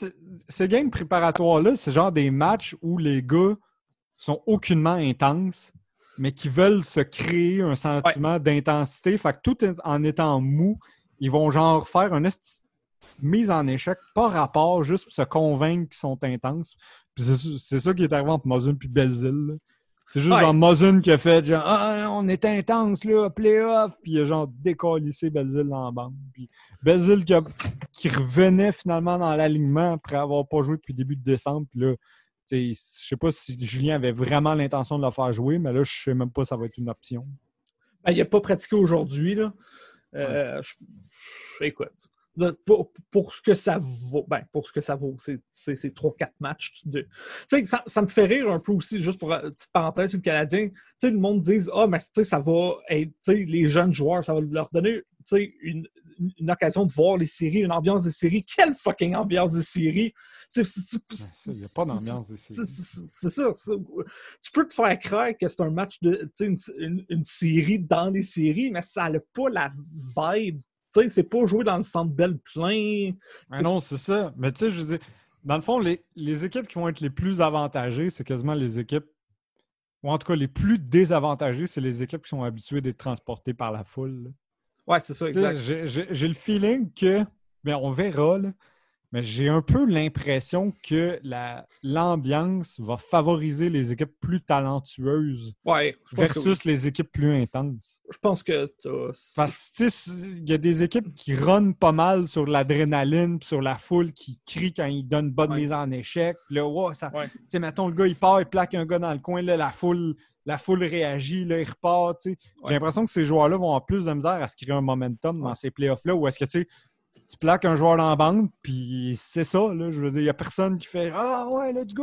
ces games préparatoires-là, c'est genre des matchs où les gars sont aucunement intenses, mais qui veulent se créer un sentiment ouais. d'intensité. Fait que tout en étant mou, ils vont genre faire une esti- mise en échec par rapport, juste pour se convaincre qu'ils sont intenses. Puis c'est, c'est ça qui est arrivé entre Muzzin et Belzile. C'est juste ouais. genre Muzzin qui a fait genre ah, on est intense là, playoff, puis il a genre décalissé Belzile dans la bande. Puis Belzile qui, a, qui revenait finalement dans l'alignement après avoir pas joué depuis le début de décembre. Puis là, je sais pas si Julien avait vraiment l'intention de le faire jouer, mais là, je sais même pas si ça va être une option. Ben, il n'a pas pratiqué aujourd'hui. Là. Euh, ouais. je, écoute. Pour, pour ce que ça vaut, ben, pour ce que ça vaut, c'est, c'est, c'est trois quatre matchs. De... Ça, ça me fait rire un peu aussi, juste pour une petite parenthèse sur le Canadien. T'sais, le monde dit « Ah, oh, mais ça va être les jeunes joueurs, ça va leur donner une, une occasion de voir les séries, une ambiance de série. » Quelle fucking ambiance de série! Il n'y a pas d'ambiance de série. C'est, c'est, c'est ça. C'est, tu peux te faire croire que c'est un match de une, une, une série dans les séries, mais ça n'a pas la vibe. Tu sais, c'est pas jouer dans le centre Bell plein. Ah non, c'est ça. Mais tu sais, je veux dire, dans le fond, les, les équipes qui vont être les plus avantagées, c'est quasiment les équipes, ou en tout cas les plus désavantagées, c'est les équipes qui sont habituées d'être transportées par la foule. Là. Ouais, c'est ça, exact. J'ai, j'ai, j'ai le feeling que, bien, on verra, là, mais j'ai un peu l'impression que la, l'ambiance va favoriser les équipes plus talentueuses ouais, versus oui. les équipes plus intenses. Je pense que t'as... Parce que il y a des équipes qui runnent pas mal sur l'adrénaline, sur la foule qui crie quand ils donnent bonne ouais. mise en échec. Puis là, wow, ça, ouais. tu sais, mettons, le gars, il part, il plaque un gars dans le coin, là, la foule, la foule réagit, là, il repart. Tu sais. Ouais. J'ai l'impression que ces joueurs-là vont avoir plus de misère à se créer un momentum ouais. dans ces playoffs-là, où est-ce que, tu sais, tu plaques un joueur dans la bande, puis c'est ça, là. Je veux dire, il n'y a personne qui fait « Ah ouais, let's go! »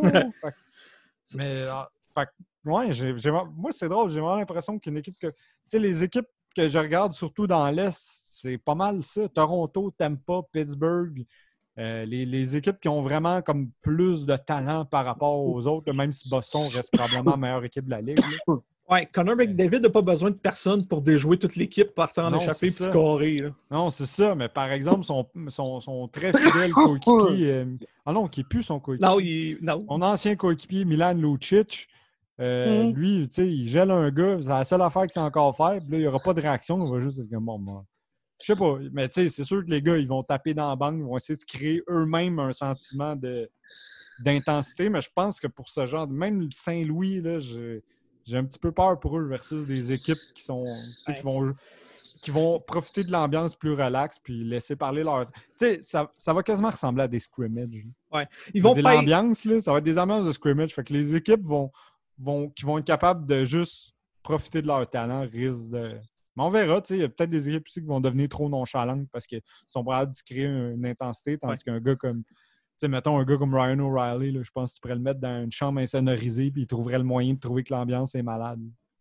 Mais, ah, fait, ouais, j'ai, j'ai, moi, c'est drôle. J'ai vraiment l'impression qu'une équipe que... Tu sais, les équipes que je regarde, surtout dans l'Est, c'est pas mal ça. Toronto, Tampa, Pittsburgh. Euh, les, les équipes qui ont vraiment comme plus de talent par rapport aux autres, même si Boston reste probablement la meilleure équipe de la Ligue. Là. Ouais, Connor McDavid n'a pas besoin de personne pour déjouer toute l'équipe, partir en échappée et scorer. Là. Non, c'est ça. Mais par exemple, son, son, son très fidèle coéquipier... Euh, ah non, qui n'est plus son coéquipier. Non, il... non. Son ancien coéquipier, Milan Lucic, Euh, Mm. Lui, tu sais, il gèle un gars, c'est la seule affaire qu'il sait encore faire, puis là, il n'y aura pas de réaction, on va juste être comme bon, moi. Je sais pas, mais tu sais, c'est sûr que les gars, ils vont taper dans la banque, ils vont essayer de créer eux-mêmes un sentiment de, d'intensité, mais je pense que pour ce genre, même Saint-Louis, là, j'ai, j'ai un petit peu peur pour eux versus des équipes qui sont, tu sais, qui vont, qui vont profiter de l'ambiance plus relaxe puis laisser parler leur. Tu sais, ça, ça va quasiment ressembler à des scrimmages. Ouais. Ils vont pas... L'ambiance, là, ça va être des ambiances de scrimmage. Fait que les équipes vont, vont, qui vont être capables de juste profiter de leur talent risquent de. Mais on verra, tu sais, il y a peut-être des équipes aussi qui vont devenir trop nonchalantes parce qu'ils sont capables de créer une intensité, tandis ouais. qu'un gars comme. Tu sais, mettons un gars comme Ryan O'Reilly, là, je pense que tu pourrais le mettre dans une chambre insonorisée puis il trouverait le moyen de trouver que l'ambiance est malade.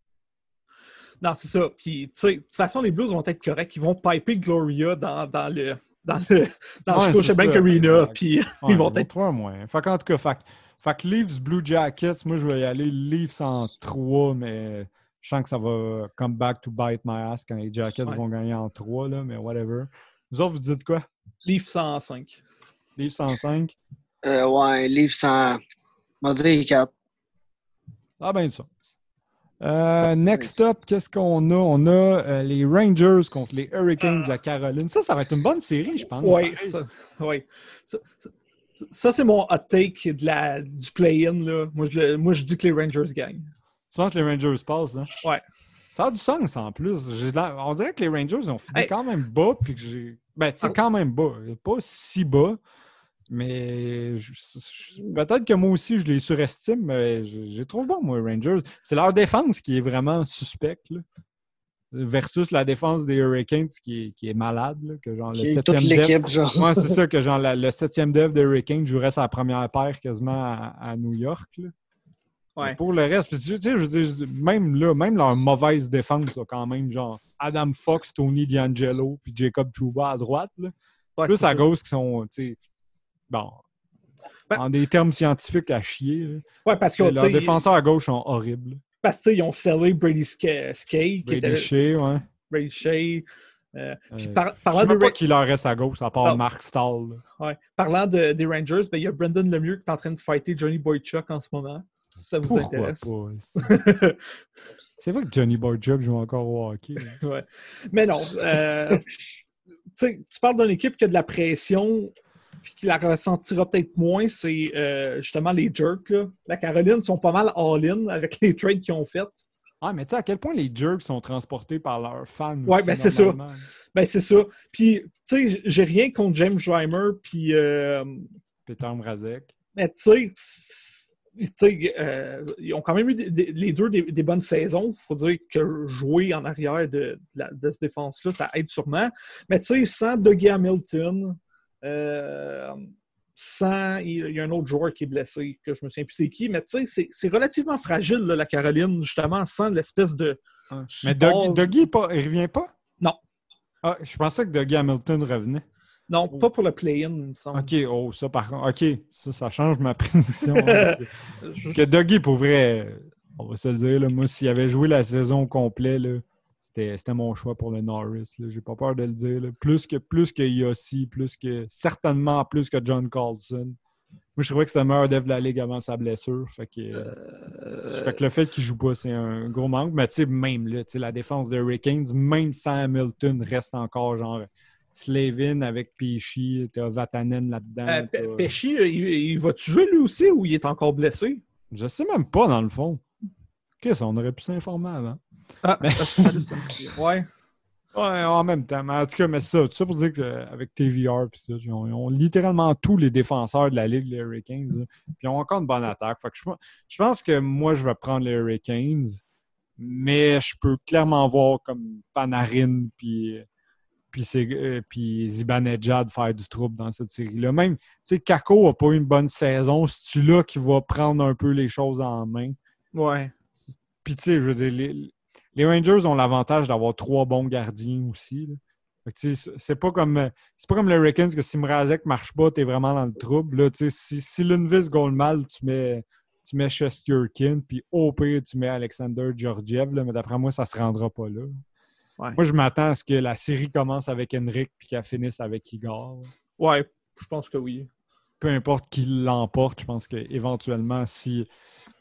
Non, c'est ça. Puis, tu sais, de toute façon, les Blues vont être corrects. Ils vont piper Gloria dans, dans le dans le dans ouais, le Scotiabank Arena. Puis, ouais, ils vont ils être trois moins. Fait qu'en tout cas, fait, fait que Leafs, Blue Jackets, moi, je vais y aller Leafs en trois, mais je sens que ça va come back to bite my ass quand les Jackets ouais. vont gagner en trois, là, mais whatever. Vous autres, vous dites quoi? Leafs cent cinq. Leafs cent cinq? Euh, ouais, Leafs cent. On va dire quatre. Ah, ben ça. Euh, next up, qu'est-ce qu'on a? On a euh, les Rangers contre les Hurricanes de la Caroline. Ça, ça va être une bonne série, je pense. Oui, ça, ouais. ça, ça, ça c'est mon hot take de la, du play-in. Là. Moi, je, moi, je dis que les Rangers gagnent. Tu penses que les Rangers passent? Hein? Ouais. Ça a du sens en plus. J'ai, on dirait que les Rangers ont fini hey. quand même bas. Puis que j'ai... Ben, tu sais, quand même bas. Pas si bas. Mais je, je, peut-être que moi aussi, je les surestime, mais je, je les trouve bons, moi, les Rangers. C'est leur défense qui est vraiment suspecte, là, versus la défense des Hurricanes qui est, qui est malade. Là, que genre, le qui septième toute l'équipe, dev, genre. Ouais, c'est ça, que genre la, le septième dev des Hurricanes jouerait sa première paire quasiment à, à New York. Là. Ouais. Pour le reste, tu sais, je veux dire, même là, même leur mauvaise défense, là, quand même, genre Adam Fox, Tony D'Angelo puis Jacob Trouba à droite. Là. Ouais, plus à ça. Gauche qui sont, tu sais, bon, ben, en des termes scientifiques à chier. Ouais, parce que leurs défenseurs à gauche sont horribles. Parce qu'ils ont scellé Brady Skay. Brady qui était... Shea, ouais. Brady Shea. Euh, euh, par, parlant je sais de... pas qui leur reste à gauche, à part oh. Mark Stahl. Ouais. Parlant de, des Rangers, ben, il y a Brendan Lemieux qui est en train de fighter Johnny Boychuk en ce moment. Si ça vous Pourquoi intéresse. Pas? C'est vrai que Johnny Boychuk joue encore au hockey. Ouais. Mais non. Euh, tu parles d'une équipe qui a de la pression puis qui la ressentira peut-être moins, c'est euh, justement les Jerks. Là. La Caroline sont pas mal all-in avec les trades qu'ils ont fait. Ah, mais tu sais, à quel point les Jerks sont transportés par leurs fans Oui, ben c'est ça. Ben c'est ça. Puis, tu sais, j'ai rien contre James Reimer puis... Euh, Peter Mrazek. Mais tu sais, euh, ils ont quand même eu des, des, les deux des, des bonnes saisons. Il faut dire que jouer en arrière de, de, la, de cette défense-là, ça aide sûrement. Mais tu sais, sans Dougie Hamilton... Euh, sans, il y a un autre joueur qui est blessé, que je me souviens plus c'est qui, mais tu sais, c'est, c'est relativement fragile, là, la Caroline, justement, sans l'espèce de. Ah. Mais Dougie, Dougie il revient pas? Non. Ah, je pensais que Dougie Hamilton revenait. Non, oh. pas pour le play-in, il me semble. OK, oh, ça par contre. OK, ça, ça change ma prédiction. Hein, parce que Dougie, pour vrai, on va se le dire, là, moi, s'il avait joué la saison au complet, là, C'était, c'était mon choix pour le Norris. Là. J'ai pas peur de le dire. Là. Plus que, plus que Yossi, plus que certainement plus que John Carlson. Moi, je trouvais que c'était le meilleur dev de la Ligue avant sa blessure. Fait que, euh... fait que le fait qu'il joue pas, c'est un gros manque. Mais tu sais, même là, la défense de Hurricanes, même sans Hamilton, reste encore genre Slavin avec Pesci, t'as Vatanen là-dedans. Euh, P- Pesci, il, il va-tu jouer lui aussi ou il est encore blessé? Je sais même pas, dans le fond. Qu'est-ce qu'on aurait pu s'informer avant? Ah, mais... ouais. Ouais, en même temps. Mais en tout cas, mais ça, tout ça pour dire qu'avec T V R, pis ça, ils, ont, ils ont littéralement tous les défenseurs de la Ligue, les Hurricanes. Là, puis ils ont encore une bonne attaque. Fait que je, je pense que moi, je vais prendre les Hurricanes, mais je peux clairement voir comme Panarin puis, puis, euh, puis Zibanejad faire du trouble dans cette série-là. Même, tu sais, Kako n'a pas eu une bonne saison. C'est-tu là qui va prendre un peu les choses en main? Ouais. Puis, tu sais, je veux dire, les, les Rangers ont l'avantage d'avoir trois bons gardiens aussi. Là. Fait que, c'est pas comme c'est pas comme les Hurricanes que si Mrazek marche pas, t'es vraiment dans le trouble. Là, si si Lundqvist goal mal, tu mets, tu mets Shesterkin, puis au pire, tu mets Alexander Georgiev. Là, mais d'après moi, ça se rendra pas là. Ouais. Moi, je m'attends à ce que la série commence avec Henrik puis qu'elle finisse avec Igor. Ouais, je pense que oui. Peu importe qui l'emporte, je pense qu'éventuellement, si...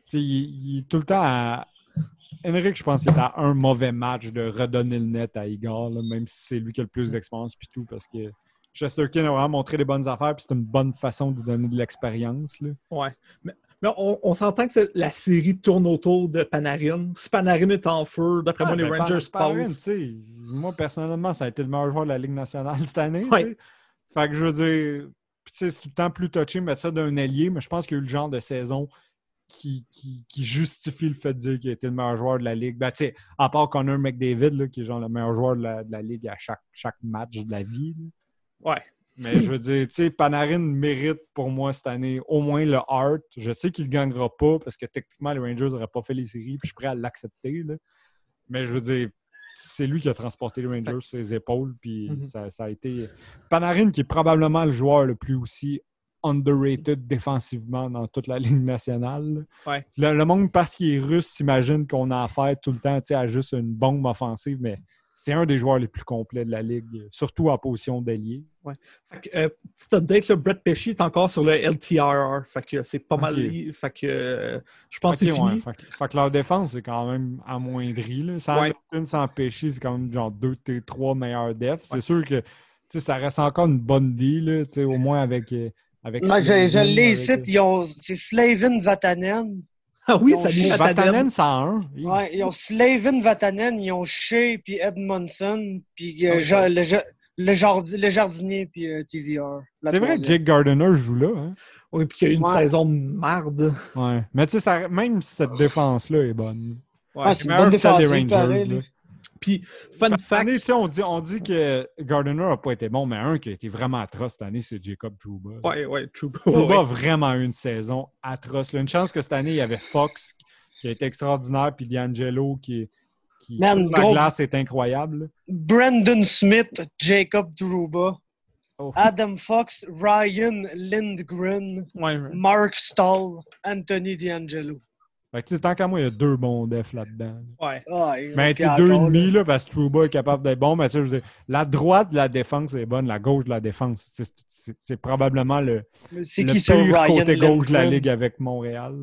il, il est tout le temps à... Henrik, je pense qu'il est à un mauvais match de redonner le net à Igor, là, même si c'est lui qui a le plus d'expérience puis tout, parce que Shesterkin a vraiment montré des bonnes affaires puis c'est une bonne façon de donner de l'expérience. Là. Ouais. Mais, mais on, on s'entend que c'est- la série tourne autour de Panarin. Si Panarin est en feu, d'après moi, Ah, les ben, Rangers Pan- Panarin, passent. tu sais, moi, personnellement, ça a été le meilleur joueur de la Ligue nationale cette année. Ouais. tu sais. Fait que je veux dire, puis tu sais, c'est tout le temps plus touché mettre ça d'un ailier, mais je pense qu'il y a eu le genre de saison qui, qui, qui justifie le fait de dire qu'il a été le meilleur joueur de la Ligue. Ben, tu sais, à part Connor McDavid, là, qui est genre le meilleur joueur de la, de la Ligue à chaque, chaque match de la vie. là. Ouais. Mais je veux dire, tu sais, Panarin mérite pour moi cette année au moins le Hart. Je sais qu'il ne gagnera pas parce que techniquement, les Rangers n'auraient pas fait les séries, puis je suis prêt à l'accepter. Là. Mais je veux dire, c'est lui qui a transporté les Rangers sur ses épaules, puis Mhm. ça, ça a été... Panarin, qui est probablement le joueur le plus aussi underrated défensivement dans toute la Ligue nationale. Ouais. Le, le monde, parce qu'il est russe, s'imagine qu'on a affaire tout le temps tu sais, à juste une bombe offensive, mais c'est un des joueurs les plus complets de la Ligue, surtout en position d'ailier. Ouais. Fait que, euh, petit update, là, Brett Pesci est encore sur le L T R R. Fait que c'est pas mal. Ok. Fait que euh, je pense Ok, que c'est ouais. fini. Fait, que- fait que leur défense, c'est quand même amoindri. Là. Sans Ouais. Middleton, sans Pesci, c'est quand même genre deux tes trois meilleurs defs. Ouais. C'est sûr que tu sais, ça reste encore une bonne vie, là, tu sais, au moins avec. euh, avec Moi, je, je Slavin, l'ai avec, ici. euh, Ils ont, c'est Slavin Vatanen. Ah oui, Ils ont ça Shea. dit Oh, Vatanen cent un. Hi. Ouais, ils ont Slavin Vatanen, ils ont Shea puis Edmondson, puis euh, Ah oui, Ja- ouais. le, Ja- le, jardi- le jardinier puis euh, T V R. la C'est vrai que troisième. Jake Gardiner joue là. Hein? Oui, puis il y a eu une Ouais. saison de marde. Ouais. Mais tu sais, ça- même cette défense-là est bonne. Ouais. Ah, c'est une Meilleure bonne que celle des défensive, Rangers. pareil. là. là. Puis, fun Cette fact. année, tu sais, on, dit, on dit que Gardiner n'a pas été bon, mais un qui a été vraiment atroce cette année, c'est Jacob Trouba. Ouais, ouais, true. Trouba Ouais. a vraiment eu une saison atroce. Là, une chance que cette année, il y avait Fox qui a été extraordinaire, puis D'Angelo qui, qui Man, sur la gros- glace est incroyable. Brandon Smith, Jacob Trouba, Oh. Adam Fox, Ryan Lindgren, Ouais, ouais. Mark Stahl, Anthony D'Angelo. Fait que, tu sais, tant qu'à moi, il y a deux bons defs là-dedans. Ouais. Ah, et- Mais puis tu sais, deux et encore, demi, là. là, parce que Trouba est capable d'être bon. Mais tu sais, je veux dire, la droite de la défense est bonne, la gauche de la défense. tu sais, C'est, c'est- c'est probablement le, C'est le qui ça, pire Ryan côté gauche de la Lindgren? Ligue avec Montréal.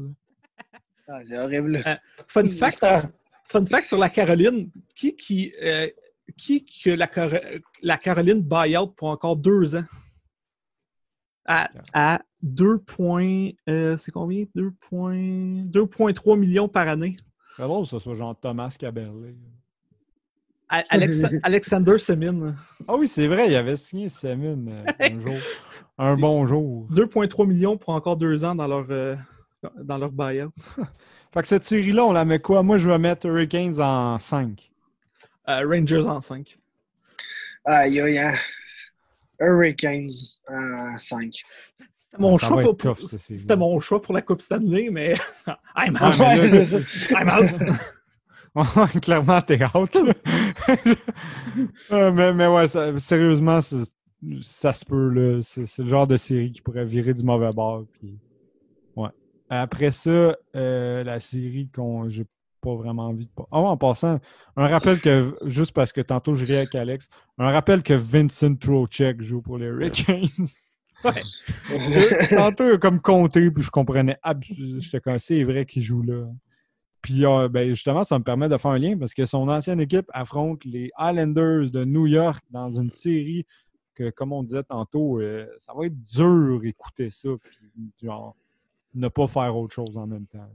Ah, c'est horrible. Fun fact, Ça- fun fact sur la Caroline. Qui qui, euh, qui que la, Cor- la Caroline buy out pour encore deux ans? À, à deux points... euh, c'est combien? deux points- deux virgule trois millions par année. C'est drôle que ce soit genre Thomas Caberlet. À- Alex- Alexander Semin. Ah oui, c'est vrai, il avait signé Semin euh, un jour. Un bon jour. deux virgule trois millions pour encore deux ans dans leur, euh, dans leur buy-out. Fait que cette série-là, on la met quoi? Moi, je vais mettre Hurricanes en cinq. Euh, Rangers en cinq. Aïe, aïe, aïe. Hurricanes en cinq. C'était mon, Ça choix va pour, être tough, pour- cette série. c'était mon choix pour la Coupe Stanley, mais I'm Ah, out. mais là, Ouais, là, c'est c'est- I'm out. Ouais, clairement, t'es out. là. Euh, mais, mais ouais, ça- sérieusement, c'est- ça se peut. Là. C'est, c'est le genre de série qui pourrait virer du mauvais bord. Puis... Ouais. Après ça, euh, la série qu'on j'ai pas vraiment envie de... Ah ouais, en passant, un rappel que, juste parce que tantôt je riais avec Alex, un rappel que Vincent Trocheck joue pour les Hurricanes. Ouais. Tantôt, il a comme compté, puis je comprenais. ab- J'étais comme, c'est vrai qu'il joue là. Puis euh, ben, justement, ça me permet de faire un lien parce que son ancienne équipe affronte les Islanders de New York dans une série que, comme on disait tantôt, euh, ça va être dur d'écouter ça, puis genre, ne pas faire autre chose en même temps.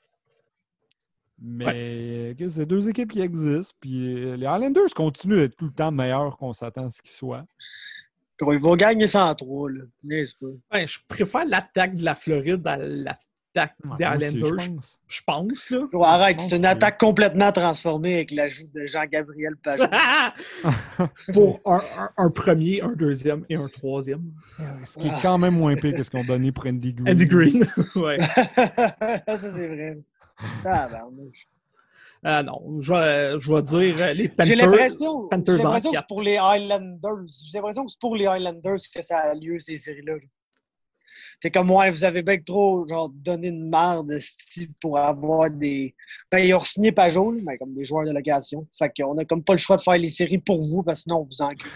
Mais que c'est deux équipes qui existent, puis euh, les Islanders continuent d'être tout le temps meilleurs qu'on s'attend à ce qu'ils soient. Gros, ils vont gagner cent trois, là. N'est-ce pas? Ouais, je préfère l'attaque de la Floride à l'attaque Ouais, des moi aussi, Islanders. je Je pense. je pense, là. Gros, arrête, pense c'est une que- attaque complètement transformée avec l'ajout de Jean-Gabriel Pajot. Pour un, un- un premier, un deuxième et un troisième. Ce qui est quand même moins pire que ce qu'on donnait pour Andy Green. Andy Green. Ouais. Ça, c'est vrai. Ah, barnouche. Ah non, je vais, je vais dire euh, les J'ai Panthers. l'impression j'ai Panthers en l'impression que c'est quatre. pour les Highlanders. J'ai l'impression que c'est pour les Highlanders que ça a lieu, ces séries-là. C'est comme, ouais, vous avez bien que trop genre, donné une merde esti, pour avoir des... Ben, ils ont signé Pajot, là, mais comme des joueurs de location. Fait qu'on a comme pas le choix de faire les séries pour vous, parce que sinon, on vous encule.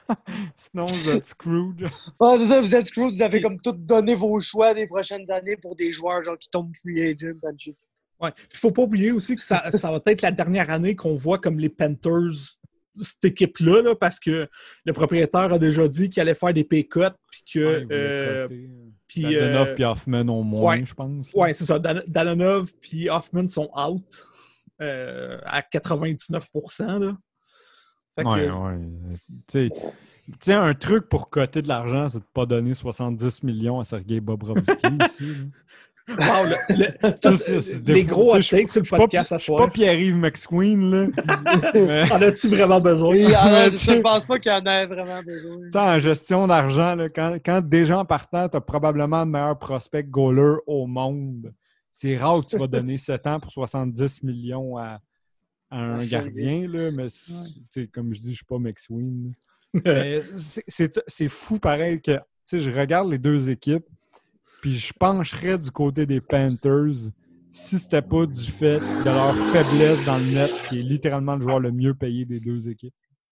Sinon, vous êtes screwed. Ah, c'est ça, vous êtes screwed, vous avez comme tout donné vos choix des prochaines années pour des joueurs genre qui tombent free agent. Ouais. Il faut pas oublier aussi que ça, ça va être la dernière année qu'on voit comme les Panthers, cette équipe-là, là, parce que le propriétaire a déjà dit qu'il allait faire des pay cuts, puis que... Ouais, euh, puis Dadonov et Hoffman au moins, ouais, je pense. Oui, c'est ça. Dan- Dadonov et Hoffman sont out euh, à quatre-vingt-dix-neuf pour cent. Là. Fait ouais, que... ouais. Tu sais, un truc pour coter de l'argent, c'est de ne pas donner soixante-dix millions à Sergei Bobrovsky aussi. Là. Wow, le, le, tout, ça, c'est les fou. gros hot Je takes sur le podcast à Je suis pas Pierre-Yves McSween, là. mais... En as-tu vraiment besoin? Oui, alors, Mais ça, je pense pas qu'il y en ait vraiment besoin. T'sais, en gestion d'argent, là, quand, quand déjà en partant, tu as probablement le meilleur prospect goaler au monde, c'est rare que tu vas donner sept ans pour soixante-dix millions à, à un Ah, gardien, là, mais ouais. Comme je dis, je suis pas McSween. Mais c'est, c'est, c'est fou pareil que je regarde les deux équipes. Puis je pencherais du côté des Panthers si c'était pas du fait de leur faiblesse dans le net, qui est littéralement le joueur le mieux payé des deux équipes.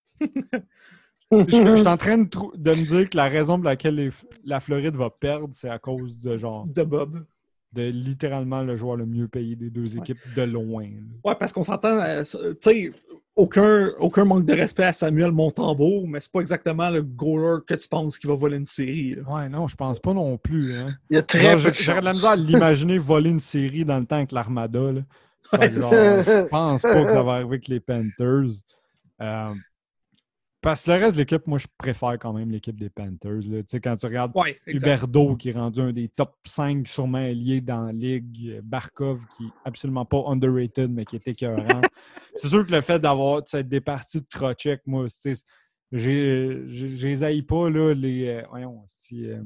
je, je suis en train de, trou- de me dire que la raison pour laquelle les, la Floride va perdre, c'est à cause de genre... De Bob. De littéralement le joueur le mieux payé des deux équipes ouais. de loin. Là. Ouais, parce qu'on s'entend... Euh, tu sais, aucun, aucun manque de respect à Samuel Montembeault, mais c'est pas exactement le goaler que tu penses qu'il va voler une série. Là. Ouais, non, je pense pas non plus. Hein. Il y a très genre, peu de J'aurais de la misère à l'imaginer voler une série dans le temps avec l'Armada. Là. Ouais, genre, je pense pas que ça va arriver avec les Panthers. Euh, Parce que le reste de l'équipe, moi, je préfère quand même l'équipe des Panthers. Là. Tu sais, quand tu regardes ouais, Huberdeau, qui est rendu un des top cinq sûrement alliés dans la ligue, Barkov, qui est absolument pas underrated, mais qui est écœurant. C'est sûr que le fait d'avoir cette départie de Trocheck, moi, tu sais, j'ai, j'ai, j'ai haïs pas, là, les... Euh, voyons, c'est... Euh,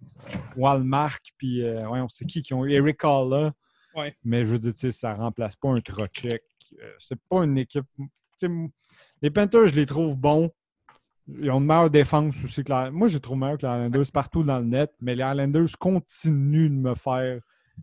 Walmark, puis... Euh, voyons, c'est qui qui ont eu? Eric Halla. Ouais. Mais je veux dire, tu sais, ça remplace pas un Trocheck. Euh, c'est pas une équipe... Tu sais, les Panthers, je les trouve bons. Ils ont une meilleure défense aussi que la... Moi, je les trouve meilleurs que les Islanders partout dans le net, mais les Islanders continuent de me faire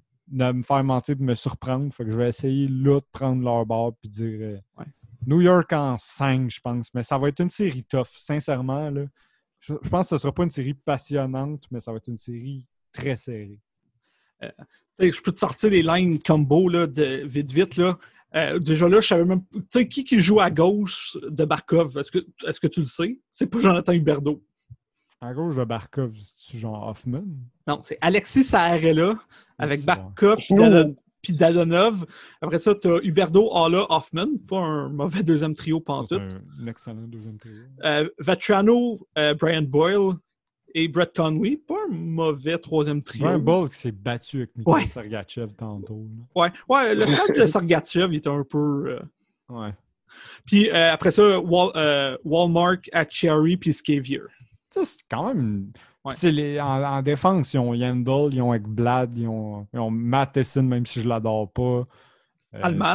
de me faire mentir et de me surprendre. Fait que je vais essayer là de prendre leur bord et dire euh, ouais. New York en cinq, je pense. Mais ça va être une série tough, sincèrement. Là. Je, je pense que ce ne sera pas une série passionnante, mais ça va être une série très serrée. Euh, je peux te sortir les lines combo là, de, vite, vite. Là. Euh, déjà là, je savais même. Tu sais, qui qui joue à gauche de Barkov? Est-ce que, est-ce que tu le sais? C'est pas Jonathan Huberdeau. À gauche de Barkov, c'est genre Hoffman? Non, c'est Alexis Saarela avec c'est Barkov puis Dadon, Dadonov. Après ça, tu as Huberdeau, Halla, Hoffman. Pas un mauvais deuxième trio pantoute. C'est un excellent deuxième trio. Euh, Vatrano, euh, Brian Boyle et Brett Conley. Pas un mauvais troisième trio. Brian Boyle qui s'est battu avec Mikhail ouais. Sergachev tantôt. Là. Ouais, ouais, le frère de Sergachev, il était un peu... Euh... Ouais. Puis euh, après ça, Wal, euh, Walmark, Acciari puis Scavier. Ça, c'est quand même... Ouais. Les, en, en défense, ils ont Yandel, ils ont Ekblad, ils ont, ils ont Matheson, même si je ne l'adore pas. Alman?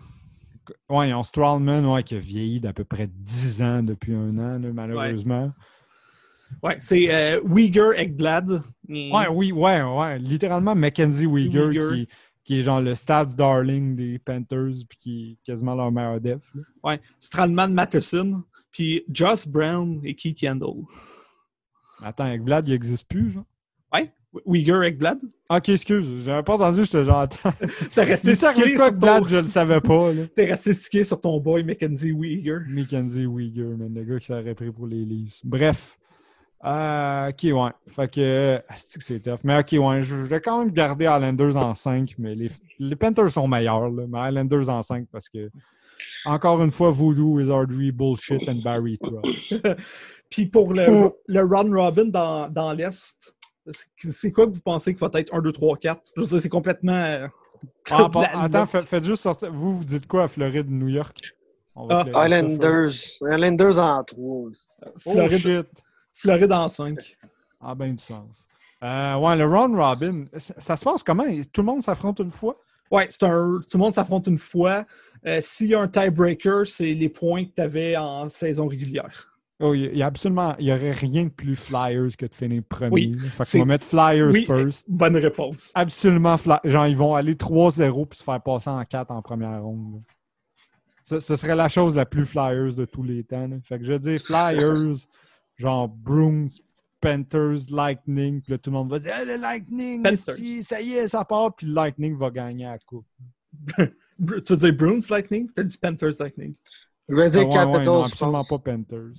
Euh, oui, ils ont Stralman, ouais, qui a vieilli d'à peu près dix ans depuis un an, là, malheureusement. Ouais, ouais c'est euh, Uyghur Ekblad. Mm. Ouais, oui, ouais, ouais. Littéralement Mackenzie Uyghur, Uyghur. Qui, qui est genre le stats darling des Panthers, puis qui est quasiment leur meilleur def. Là. Ouais, Stralman, Matheson, puis Joss Brown et Keith Yandel. Attends, Ekblad, il n'existe plus, genre? Ouais, Uyghur Ekblad. Ok, excuse, j'avais pas entendu, j'étais genre, attends. T'es resté stické sur ton... je le savais pas, là. T'es resté stické sur ton boy Mackenzie Uyghur. Mackenzie Uyghur, man, le gars qui s'aurait pris pour les Leafs. Bref. Euh, ok, ouais. Fait que, c'est que c'est tough. Mais ok, ouais, je vais quand même garder Islanders en cinq, mais les, les Panthers sont meilleurs, là, mais Islanders en cinq parce que, encore une fois, Voodoo, Wizardry, Bullshit and Barry Trust. Puis pour le, le round robin dans, dans l'Est, c'est quoi que vous pensez qu'il va être un, deux, trois, quatre? Je veux dire, c'est complètement... Ah, bon, attends, faites, faites juste sortir... Vous, vous dites quoi à Floride, New York? Ah, Islanders. Islanders en trois. Floride, oh, shit. Floride en cinq. Ah, ben du sens. Euh, ouais, le round robin, ça, ça se passe comment? Tout le monde s'affronte une fois? Ouais, c'est un, tout le monde s'affronte une fois. Euh, s'il y a un tiebreaker, c'est les points que tu avais en saison régulière. Oh, il y a absolument, il n'y aurait rien de plus Flyers que de finir premier. Oui, fait qu'on va mettre Flyers oui, first. Bonne réponse. Absolument, fly... genre ils vont aller trois zéro puis se faire passer en quatre en première ronde. Ce, ce serait la chose la plus Flyers de tous les temps. Là. Fait que je dis Flyers, genre Bruins, Panthers, Lightning, puis là, tout le monde va dire hey, « le Lightning, si, ça y est, ça part », puis le Lightning va gagner la coupe. Tu veux dire Bruins Lightning? T'as dit Panthers Lightning. Je vais dire ah, ouais, Capitals, ouais, non, je absolument pense. pas Panthers.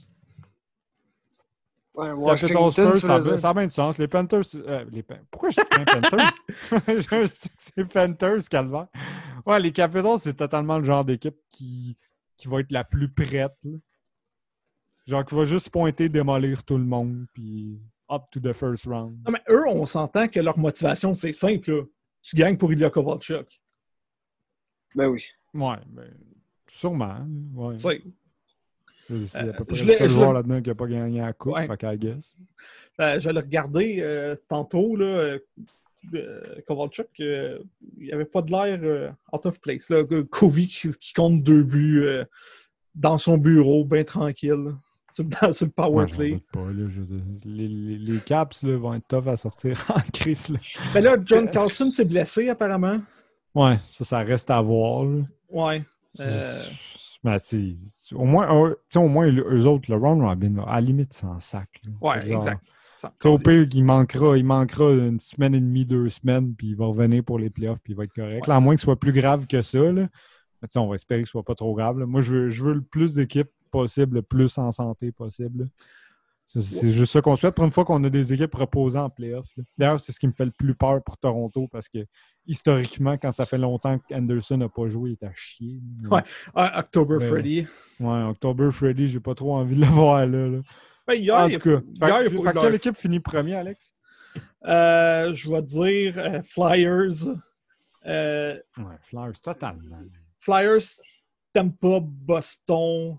Ouais, Capitals Washington, first, ça, tu veux a- ça a bien du sens. Les Panthers... euh, les, Pourquoi je dis bien Panthers? Je me suis dit que c'est Panthers, calvaire. Ouais, les Capitals, c'est totalement le genre d'équipe qui, qui va être la plus prête. Là. Genre qui va juste pointer, démolir tout le monde, puis up to the first round. Non, mais eux, on s'entend que leur motivation, c'est simple. Là. Tu gagnes pour Ilya Kovalchuk. Ben oui. Ouais, ben, sûrement. Ouais. C'est C'est à peu Euh, près je le l'ai- seul je joueur l'ai- là-dedans qui n'a pas gagné la coupe, Ouais. fait qu'à guess. Euh, je l'ai regardé euh, tantôt, là, euh, de Kovalchuk, euh, il n'y avait pas de l'air euh, out of place. Là. Covey qui, qui compte deux buts euh, dans son bureau, bien tranquille, sur, dans- sur le power Ouais, j'en play. doute pas, là, je- les, les, les Caps là, vont être tough à sortir en crise. Là. Mais là, John Carlson s'est blessé, apparemment. Ouais, ça, ça reste à voir. Là. Ouais. Euh, Mais tu sais, au moins, eux, tu sais, au moins, eux autres, le round robin, là, à la limite, c'est en sac. Là. ouais, Genre, exact. Ça- tu sais, au pire, il manquera, il manquera une semaine et demie, deux semaines, puis il va revenir pour les playoffs, puis il va être correct. Ouais. Là, à moins que ce soit plus grave que ça. Là. Mais tu sais, on va espérer que ce soit pas trop grave. Là. Moi, je veux, je veux le plus d'équipes possible, le plus en santé possible. là. C'est, c'est juste ça qu'on souhaite pour une fois qu'on a des équipes reposées en playoffs. là. D'ailleurs, c'est ce qui me fait le plus peur pour Toronto parce que historiquement, quand ça fait longtemps qu'Anderson n'a pas joué, il est à chier. Mais- Ouais. Ah, October Ouais. Freddy. Ouais, October Freddy, j'ai pas trop envie de le voir là. là. Ben, hier, En il- tout cas, hier, fait, il y a fait pas eu de quelle leur- équipe finit premier, Alex? Euh, je vais dire euh, Flyers. Euh, Ouais, Flyers, totalement. Flyers, Tampa, Boston.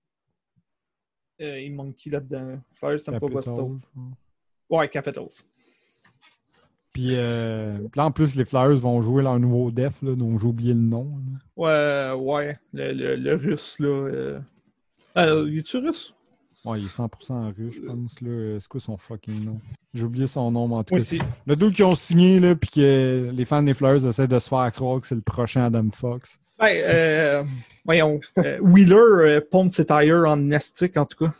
Euh, il manque qui là-dedans? Flyers, Tampa, Capitals, Boston. ouais. Ouais, Capitals. Puis euh, puis là, en plus, les Flyers vont jouer leur nouveau def, là, dont j'ai oublié le nom. là. Ouais, ouais. Le, le, le russe, là. Euh... Euh, il est-tu russe? Ouais, il est cent pour cent russe, je pense. Là. C'est quoi son fucking nom? J'ai oublié son nom, mais en tout Moi cas. aussi. Le dude qu'ils ont signé, là, puis que les fans des Flyers essaient de se faire croire que c'est le prochain Adam Fox. Ouais, euh, voyons. euh, Wheeler euh, pompe ses tires en élastique, en tout cas.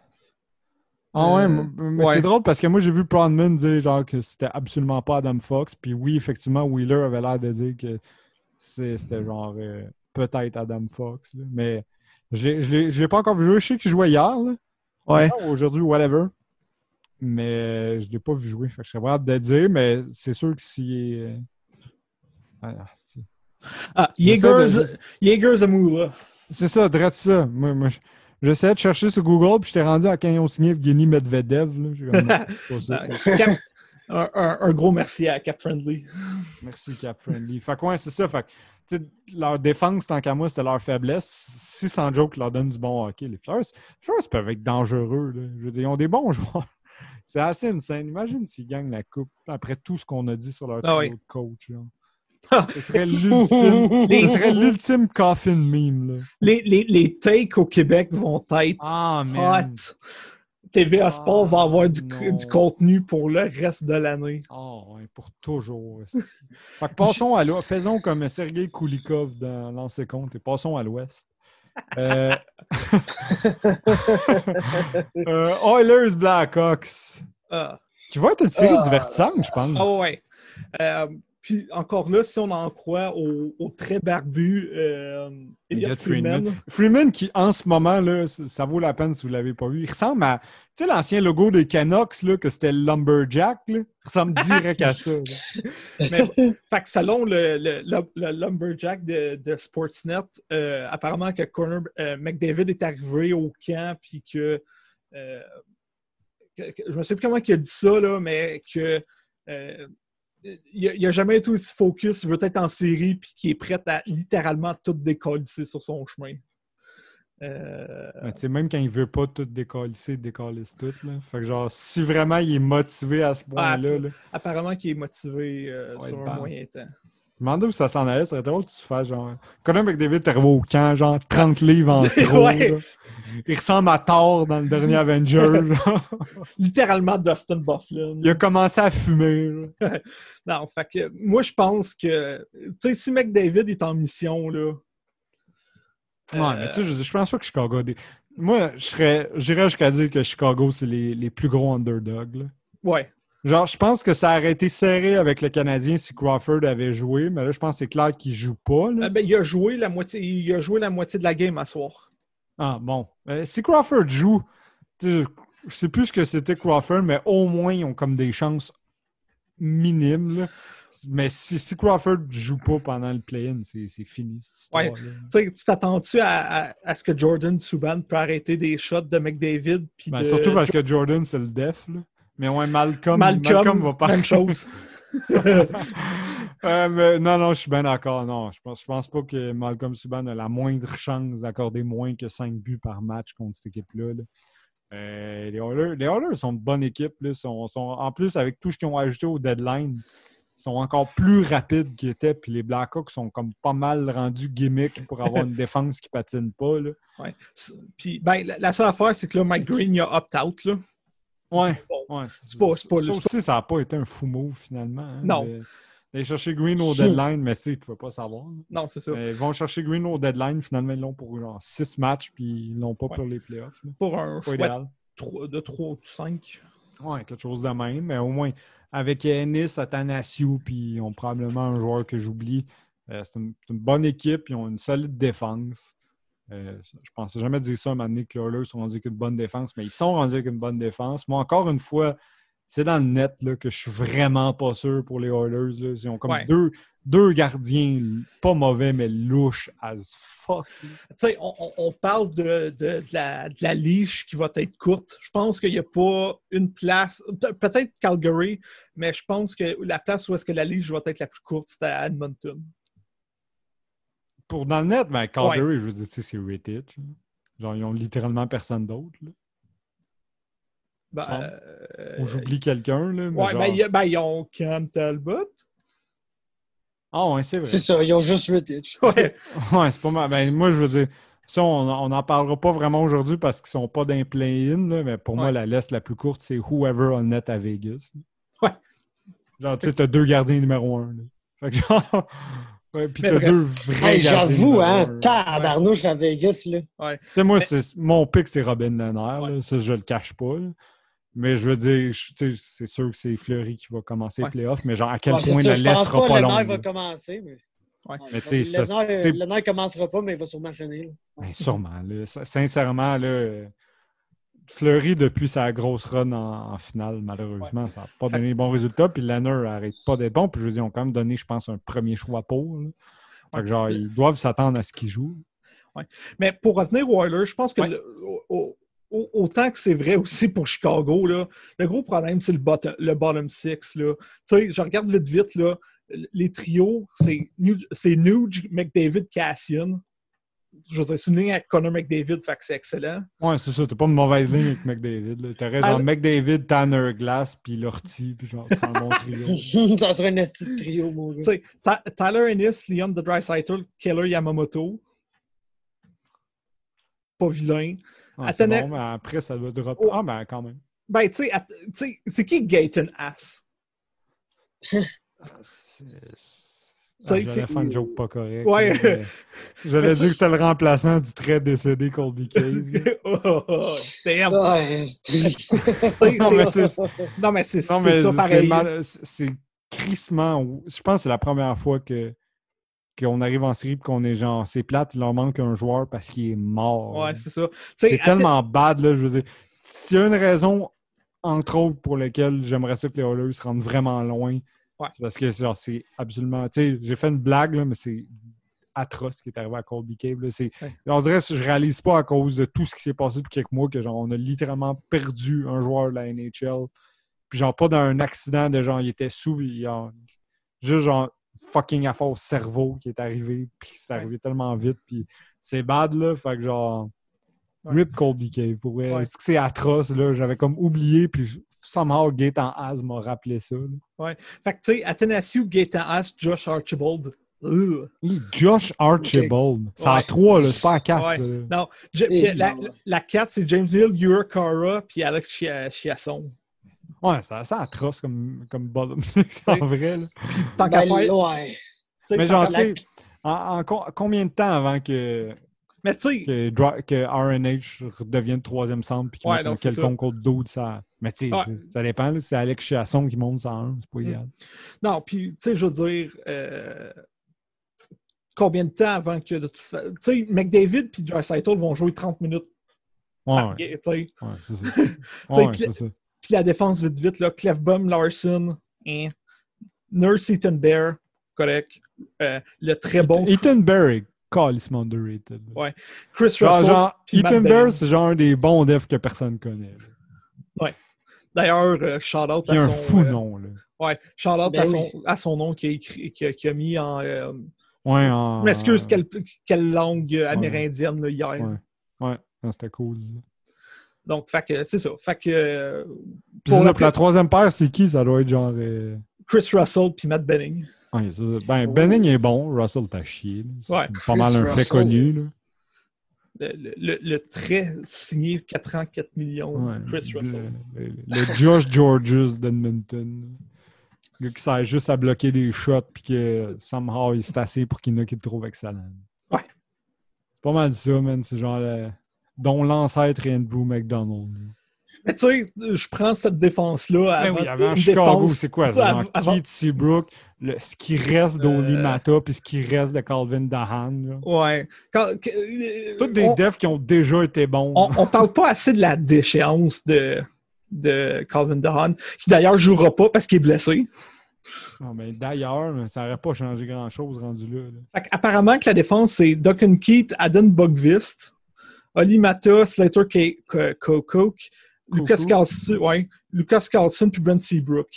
Ah ouais, Euh, m- mais ouais. c'est drôle parce que moi, j'ai vu Prodman dire genre que c'était absolument pas Adam Fox. Puis oui, effectivement, Wheeler avait l'air de dire que c'est- c'était genre euh, peut-être Adam Fox. là. Mais je l'ai- je l'ai je l'ai pas encore vu jouer. Je sais qu'il jouait hier. Là. Ouais. Hier, aujourd'hui, whatever. Mais je l'ai pas vu jouer. Fait que je serais capable de dire, mais c'est sûr que si. euh, ah, c'est- Ah, J'essaie Jaegers, de- Jaegers Amoura. C'est ça, drette ça. Moi, moi, je- j'essayais de chercher sur Google, puis j'étais rendu à quand ils ont signé Evgeny Medvedev. Là. J'ai comme, non, c'est pas ça. Euh, Cap- un, un- un gros merci à Cap Friendly. Merci, Cap Friendly. Fait que ouais, c'est ça. Fait que, tu sais, leur défense, tant qu'à moi, c'était leur faiblesse. Si sans joke leur donne du bon hockey, les Flyers, les Flyers peuvent être dangereux. Là. Je veux dire, ils ont des bons joueurs. C'est assez insane. Imagine s'ils gagnent la coupe après tout ce qu'on a dit sur leur Ah trio oui. de coach. Là. Ce serait l'ultime. Ce serait l'ultime coffin meme. Là. Les, les, les takes au Québec vont être Ah, man. hot. T V A Sport va Ah, avoir du, non. du contenu pour le reste de l'année. Oh, ouais, pour toujours. esti. Fait que passons à l'ouest. Faisons comme Sergei Kulikov dans Lancer Compte et passons à l'ouest. Euh... euh, Oilers Blackhawks. Ah, Qui va être une série Ah. divertissante, je pense. ah ouais. Euh, puis encore là, si on en croit au, au très barbu euh, Elliot Elliot Freeman. Freeman. Freeman qui, en ce moment, là, ça, ça vaut la peine si vous ne l'avez pas vu. Il ressemble à, tu sais, l'ancien logo des Canucks, là, que c'était le Lumberjack. Là. Il ressemble direct à ça. là. Mais, fait que selon le, le, le, le Lumberjack de, de Sportsnet, euh, apparemment que Connor euh, McDavid est arrivé au camp puis que, euh, que- que- je ne sais plus comment il a dit ça, là, mais que euh, il n'a jamais été aussi focus, il veut être en série puis qu'il est prêt à littéralement tout décollisser sur son chemin. Euh, Mais tu sais, même quand il veut pas tout décalisser, il décalisse tout. Là. Fait que genre, si vraiment il est motivé à ce point-là, Ah, là, apparemment qu'il est motivé euh, Ouais, sur bam. un moyen temps. je me demandais où ça s'en allait. Ça serait drôle que tu fasses genre. Conor McDavid est arrivé au camp, genre trente livres en trop. Ouais. là. Il ressemble à Thor dans le dernier Avenger. genre. Littéralement Dustin Byfuglien. Il a commencé à fumer. là. Non, fait que moi, je pense que, tu sais, si McDavid est en mission, là. Ouais, euh, mais tu sais, je, je pense pas que Chicago. a des- Moi, je serais, j'irais jusqu'à dire que Chicago, c'est les, les plus gros underdogs. Là. Ouais. Genre, je pense que ça aurait été serré avec le Canadien si Crawford avait joué, mais là, je pense que c'est clair qu'il joue pas. Là. Euh, ben, il a joué la moitié, il a joué la moitié de la game à soir. Ah, bon. Euh, si Crawford joue, je sais plus ce que c'était Crawford, mais au moins, ils ont comme des chances minimes. Là. Mais si, si Crawford joue pas pendant le play-in, c'est, c'est fini. Ouais. Tu t'attends-tu à, à, à ce que Jordan Subban peut arrêter des shots de McDavid? Puis ben, de... Surtout parce que Jordan, c'est le def. Là. Mais ouais, Malcolm, Malcolm, Malcolm va pas. Même chose. euh, mais non, non, je suis bien d'accord. Non, je pense, je pense pas que Malcolm Subban a la moindre chance d'accorder moins que cinq buts par match contre cette équipe-là. Là. Euh, les Oilers, les Oilers sont une bonne équipe. Là, sont, sont, en plus, avec tout ce qu'ils ont ajouté au deadline, ils sont encore plus rapides qu'ils étaient. Puis les Blackhawks sont comme pas mal rendus gimmick pour avoir une défense qui patine pas. Là. Ouais. Puis ben, la, la seule affaire, c'est que là, Mike Green il a opt-out. Là. Ouais. Bon, ouais. C'est pas, c'est pas, ça c'est aussi, pas... ça n'a pas été un fou move finalement. Hein, non. D'aller chercher Green au deadline, mais tu sais, ils ne pouvaient pas savoir. Là. Non, c'est ça. Mais ils vont chercher Green au deadline, finalement, ils l'ont pour genre six matchs, puis ils l'ont pas ouais. pour les playoffs. Là. Pour un choix idéal. de trois ou cinq. Ouais, quelque chose de même, mais au moins, avec Ennis, Athanasiou, puis ils ont probablement un joueur que j'oublie. Euh, c'est, une, c'est une bonne équipe, ils ont une solide défense. Euh, je pensais jamais dire ça à un moment donné que les Oilers sont rendus avec une bonne défense, mais ils sont rendus avec une bonne défense. Moi, encore une fois, c'est dans le net là, que je suis vraiment pas sûr pour les Oilers. Là. Ils ont comme ouais. deux, deux gardiens pas mauvais, mais louches as fuck. Tu sais, on, on parle de, de, de, la, de la leash qui va être courte. Je pense qu'il n'y a pas une place, peut-être Calgary, mais je pense que la place où est-ce que la leash va être la plus courte, c'est à Edmonton. Pour dans le net, ben Calgary, ouais. je veux dire, c'est Rittich. Genre, ils ont littéralement personne d'autre. Là. Ben, euh, Ou j'oublie quelqu'un. Là, mais ouais, genre... ben, y a, ben, ils ont Cam Talbot. Ah ouais, c'est vrai. C'est ça, ils ont juste Rittich. Ouais. ouais, c'est pas mal. Ben, moi, je veux dire, ça, on n'en parlera pas vraiment aujourd'hui parce qu'ils sont pas d'un play-in, là, mais pour ouais. moi, la liste la plus courte, c'est whoever on net à Vegas. Ouais. Genre, tu sais, t'as deux gardiens numéro un. Là. Fait que genre... Ouais, puis t'as bref. deux vrais hey, j'avoue, hein, tabarnouche ouais. à Vegas, là. Ouais. Tu sais, moi, mais... c'est, mon pic, c'est Robin Lehner, ouais. là, ça, je le cache pas, là. Mais je veux dire, je, c'est sûr que c'est Fleury qui va commencer ouais. les playoffs, mais genre, à quel ouais, point ça, la laisse sera pas, pas longue. Lehner va commencer, mais... Ouais. Mais tu sais, Lehner ne commencera pas, mais il va sûrement finir. Ben, sûrement, là. Sincèrement, là... Fleury, depuis sa grosse run en, en finale, malheureusement, ouais. ça n'a pas donné de bons résultats. Puis Lehner n'arrête pas d'être bon. Puis je veux dire, ils ont quand même donné, je pense, un premier choix pour. Là. Fait que genre, ils doivent s'attendre à ce qu'ils jouent. Ouais. Mais pour revenir aux Oilers, je pense que ouais. le, au, au, autant que c'est vrai aussi pour Chicago, là, le gros problème, c'est le bottom, le bottom six. Là. Tu sais, je regarde vite vite, là, les trios, c'est, c'est Nuge, McDavid, Cassian. Je veux dire, c'est une ligne avec Connor McDavid, fait que c'est excellent. Ouais, c'est ça. T'as pas une mauvaise ligne avec McDavid. Là. T'aurais genre Al... McDavid, Tanner Glass, puis Lortie, puis genre, c'est un bon trio. Ça serait un petit trio, mon gars. Tu sais, Tyler Ennis, Leon de Draisaitl, Keller Yamamoto. Pas vilain. Ah, c'est bon, mais après, ça doit dropper. Oh. Ah, ben, quand même. Ben, tu sais, c'est qui Gaten Ass? Ah, j'allais faire une joke pas correcte. Ouais. J'allais dire que c'était le remplaçant du très décédé Colby Case. oh, oh, damn! Ouais, non, mais c'est, non, mais c'est, non, mais c'est ça pareil. Mal, c'est crissement. Je pense que c'est la première fois que qu'on arrive en série et qu'on est genre, c'est plate, il leur manque un joueur parce qu'il est mort. Ouais, c'est ça. C'est tellement t- bad, là, je veux dire. S'il y a une raison, entre autres, pour laquelle j'aimerais ça que les Oilers se rendent vraiment loin, ouais. c'est parce que genre, c'est absolument... Tu sais, j'ai fait une blague, là, mais c'est atroce ce qui est arrivé à Colby Cave. Là. C'est, ouais. On dirait que je réalise pas à cause de tout ce qui s'est passé depuis quelques mois que genre, on a littéralement perdu un joueur de la N H L. Puis genre, pas d'un accident de genre, il était sous, il, genre, juste genre fucking affaire au cerveau qui est arrivé, puis c'est arrivé ouais. tellement vite, puis c'est bad, là, fait que genre... Ouais. Rip Colby Cave, pour vrai. Ouais. Est-ce que c'est atroce, là? J'avais comme oublié, puis somehow Gaetan Haas m'a rappelé ça. Là. Ouais. Fait que, tu sais, Athanasiou, Gaetan Haas, Josh Archibald. Ugh. Josh Archibald. C'est ouais. à trois, là. C'est pas à quatre. Ouais. Non. Je, puis, la, la quatre, c'est James Neal, Ura Kara, puis Alex Chiasson. Ouais, c'est assez atroce comme, comme bottom six, en vrai. Là. Puis, tant qu'à faire... Ouais. Mais genre, tu sais, en, en, en combien de temps avant que... Mais tu sais... Que, Dra- que R N H redevienne troisième centre puis qu'il Ouais, mette non, un c'est quelconque autre d'autre, ça... Mais tu sais, Ouais. c'est- ça dépend. Là. C'est Alex Chasson qui monte cent un, c'est pas Mm. idéal. Non, puis, tu sais, je veux dire, euh, combien de temps avant que... de toute fa- Tu sais, McDavid puis Draisaitl vont jouer trente minutes Ouais, par ouais, game, tu sais. ouais, c'est ça. Tu sais, Ouais, Cle- c'est ça. Puis la défense, vite, vite, là, Clefbaum, Larson, hein. Nurse Ethan Bear, correct. Euh, le très bon Ethan Berry, calissement underrated. Ouais. Chris Genre, Russell. genre puis Matt Ethan Benning. Bear, c'est genre un des bons devs que personne connaît. là. D'ailleurs, euh, shout-out Puis à un son... fou euh, nom, là. Ouais, shout-out Ben à, oui. son, à son nom qui a, écrit, qui a, qui a mis en... Euh, Ouais, en... je m'excuse, quelle, quelle langue euh, amérindienne là, hier. Ouais, ouais. Non, c'était cool. là. Donc, fait que, c'est ça. Fait que... euh, Puis pour c'est la ça, puis la troisième paire, c'est qui? Ça doit être genre... euh, Chris Russell puis Matt Benning. Ouais, c'est ça. Ben, Oh. Benning est bon. Russell, t'as chié. là. C'est Ouais. pas Chris mal un fait Russell. connu. Là. Le, le, le, le très signé quatre ans, quatre millions. Ouais. Chris Le, Russell. le, le Josh Georges d'Edmonton. Le gars qui sert juste à bloquer des shots puis que somehow il s'est assez pour qu'il y en a qui le trouvent excellent. Ouais. C'est pas mal ça, man. C'est genre le... dont l'ancêtre est Andrew McDonald. là. Mais tu sais, je prends cette défense-là Ben avant, oui, avant une Chicago, défense- c'est quoi? C'est genre avant- Keith Seabrook, le, ce qui reste d'Oli Euh. Mata puis ce qui reste de Calvin Dahan. là. Ouais. Quand, que- euh, Tous des on, devs qui ont déjà été bons. on, là. on parle pas assez de la déchéance de, de Calvin Dahan, qui d'ailleurs jouera pas parce qu'il est blessé. Non, mais d'ailleurs, ça n'aurait pas changé grand-chose rendu là. là. Fait apparemment que la défense, c'est Duncan Keith, Adam Bogvist, Oli Mata, Slater K- K- Coke, Lucas Coco. Carlson, ouais, Lucas Carlson puis Brent Seabrook.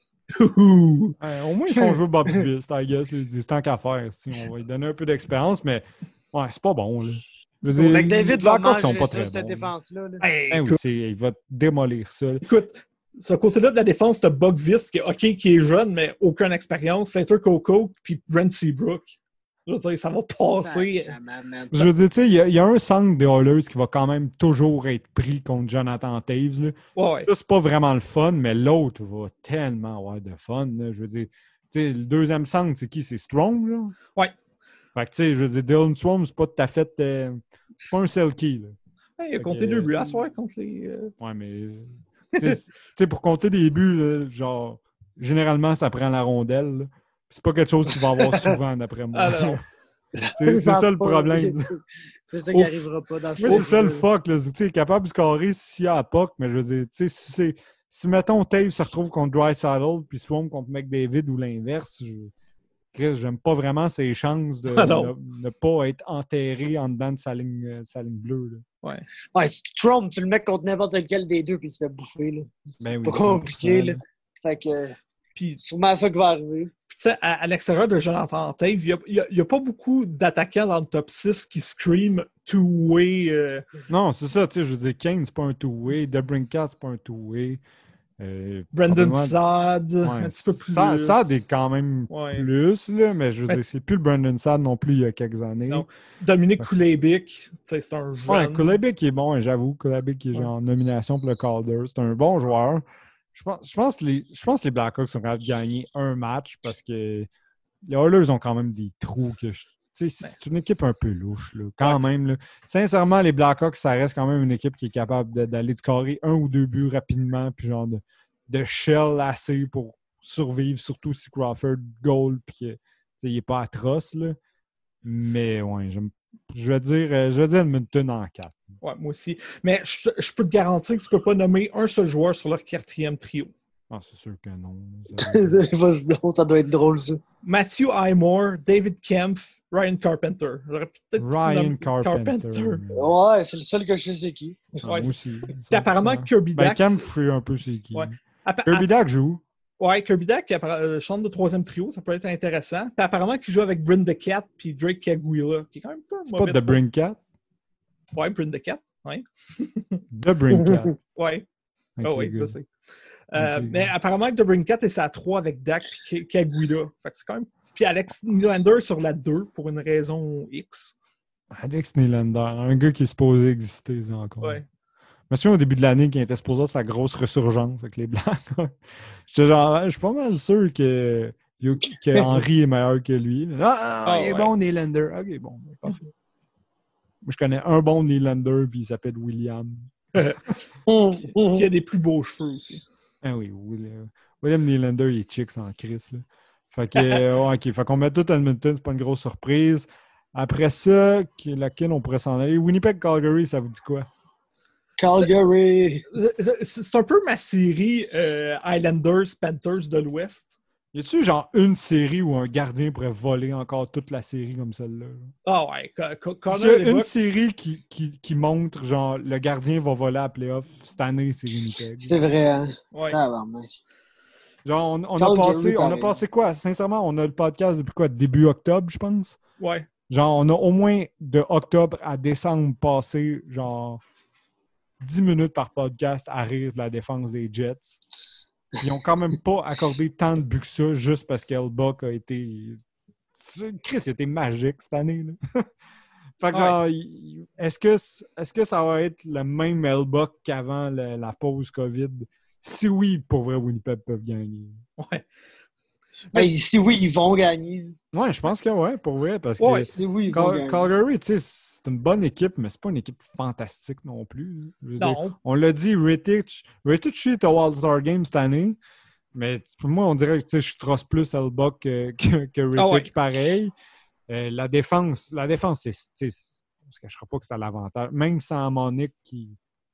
Ouhou. Ouais, au moins, ils font jouer Bob Vist, I guess. là. Ils disent tant qu'à faire. si, On va lui donner un peu d'expérience, mais ouais, c'est pas bon. Là. Je veux dire, McDavid les va Blackhawks manger sont pas ça, très cette bons. là. défense-là. là. Hey, Ben oui, écoute, c'est- il va démolir ça. là. écoute, ce côté-là de la défense, t'as Bogvist, qui est OK, qui est jeune, mais aucune expérience, Slater Coco, puis Brent Seabrook. Je veux dire, ça va passer. Sacrément, man. Je veux dire, tu sais, il y, a- il y a un centre des Oilers qui va quand même toujours être pris contre Jonathan Taves. Là. Ouais, ouais. Ça, c'est pas vraiment le fun, mais l'autre va tellement avoir de fun. là. Je veux dire, tu sais, le deuxième centre, c'est qui? C'est Strong, là? Ouais. Fait que, tu sais, je veux dire, Dylan Strong, c'est pas tout à fait... euh, c'est pas un Selkie, là. Hey, il a Fait compté que, deux buts à euh, soir contre les... euh, Ouais, mais... Tu sais, tu sais, pour compter des buts, là, genre, généralement, ça prend la rondelle. là. C'est pas quelque chose qu'il va avoir souvent, d'après moi. Ah, non, non. c'est c'est ça le Pas- problème. C'est ça qui Ouf. arrivera pas dans ce Moi, c'est ça le jeu. fuck. Là. Tu sais, il est capable de scorer s'il y a à P O C, mais je veux dire, tu sais, si c'est. Si, mettons, Taves se retrouve contre Draisaitl, puis Swam contre McDavid ou l'inverse, je... Chris, j'aime pas vraiment ses chances de Ah non. ne ne pas être enterré en dedans de sa ligne, euh, sa ligne bleue. Là. Ouais, Trump, tu le mets contre n'importe lequel des deux, puis il se fait bouffer. Là. C'est Ben oui, pas cent pour cent, compliqué. Là. là. Fait que Puis, c'est sûrement ça qui va arriver. Puis, tu sais, à, à l'extérieur de Jonathan Taves, il n'y a, a pas beaucoup d'attaquants dans le top six qui scream two-way. Euh, Non, c'est ça, tu sais, je veux dire, Kane, c'est pas un two-way, DeBrincat, c'est pas un two-way. Euh, Brandon probablement- Saad, Ouais, un petit peu plus. Ça, ça est quand même Ouais. plus, là, mais je veux Mais- dire, c'est plus le Brandon Saad non plus il y a quelques années. Non. Dominique Ouais, Kulebik, tu sais, c'est un jeune. Ouais, Kulebik est bon, hein, j'avoue. Kulebik est Ouais. en nomination pour le Calder. C'est un bon joueur. Je pense, je pense, que, les, je pense que les Blackhawks sont capables de gagner un match parce que les Oilers ont quand même des trous. que je- tu sais, C'est une équipe un peu louche, là, quand même. Là. Sincèrement, les Blackhawks, ça reste quand même une équipe qui est capable de- d'aller scorer un ou deux buts rapidement, puis genre de, de shell assez pour survivre, surtout si Crawford goal, puis que, tu sais, il n'est pas atroce. Là. Mais ouais, j'aime- je vais dire, euh, je vais dire Edmonton en quatre. Ouais, moi aussi. Mais je, je peux te garantir que tu ne peux pas nommer un seul joueur sur leur quatrième trio. Ah, c'est sûr que non. Vas-y donc, ça doit être drôle, ça. Matthew Highmore, David Kempf, Ryan Carpenter. J'aurais peut-être Ryan nommé Carpenter. Ouais, c'est le seul que je sais c'est qui. Ah, Ouais, moi aussi. Puis apparemment, cent pour cent. Kirby Ben, Dack. Cam, je sais un peu c'est qui. Ouais. appa- Kirby Dack joue. Ouais, Kirby Dack, euh, chante de troisième trio, ça peut être intéressant. Puis apparemment, qu'il joue avec Bryn the Cat puis Drake Caguila, qui est quand même pas un C'est pas mauvais de trio. Brinkat. Ouais, Bryn the Cat, ouais. De Brinkat. Ouais, Ok, oh, oui, good. je sais. Euh, Ok. Mais apparemment que The Brinkat est à trois avec Dak puis Caguila. Fait que c'est quand même... Puis Alex Nylander sur la deux pour une raison X. Alex Nylander, un gars qui est supposé exister, ça, encore. Ouais. Je me souviens au début de l'année qu'il était supposé avoir sa grosse ressurgence avec les Blancs. J'étais genre, je suis pas mal sûr que, que Henry est meilleur que lui. Ah, Ah, il est ouais. bon, Nylander. Ok, bon, parfait. Moi, je connais un bon Nylander, puis il s'appelle William. Puis il a des plus beaux cheveux aussi. Ah oui, William, William Nylander, il est chic en Chris, là. Fait que, euh, ouais, ok. Fait qu'on met tout Edmonton, c'est pas une grosse surprise. Après ça, qui- laquelle on pourrait s'en aller? Winnipeg-Calgary, ça vous dit quoi? Calgary. C'est c'est un peu ma série euh, Islanders, Panthers de l'Ouest. Y a-tu genre une série où un gardien pourrait voler encore toute la série comme celle-là? Ah ouais, Ca- Ca- Connor S'il y a une Levac, série qui, qui, qui montre genre le gardien va voler à playoff, cette année, c'est Winnipeg. C'est vrai, hein? ouais. Tabarnak. Genre, on, on a Calgary, passé, on a pareil. passé quoi? Sincèrement, on a le podcast depuis quoi? Début octobre, je pense? Ouais. Genre, on a au moins de octobre à décembre passé, genre, dix minutes par podcast à rire de la défense des Jets. Ils ont quand même pas accordé tant de buts que ça juste parce qu'Hellbuck a été... Chris, il a été magique cette année, là. Fait que Ouais. genre, il- est-ce que, est-ce que ça va être le même Hellbuck qu'avant le- la pause COVID? Si oui, pour vrai, Winnipeg peuvent gagner. Ouais. Hey, si oui, ils vont gagner. Ouais, je pense que ouais, pour vrai, parce que Ouais. Si oui, ils vont Cal- gagner. Calgary, tu sais, c'est une bonne équipe, mais c'est pas une équipe fantastique non plus. Je veux dire, Non. on l'a dit, Rittich, Rittich est au All-Star Game cette année, mais pour moi, on dirait que tu sais, je trosse plus Hellbuck que, que, que Rittich, Ah ouais. pareil. Euh, la défense, la défense, c'est, tu sais, on se cachera pas que c'est à l'avantage. Même sans Monique qui,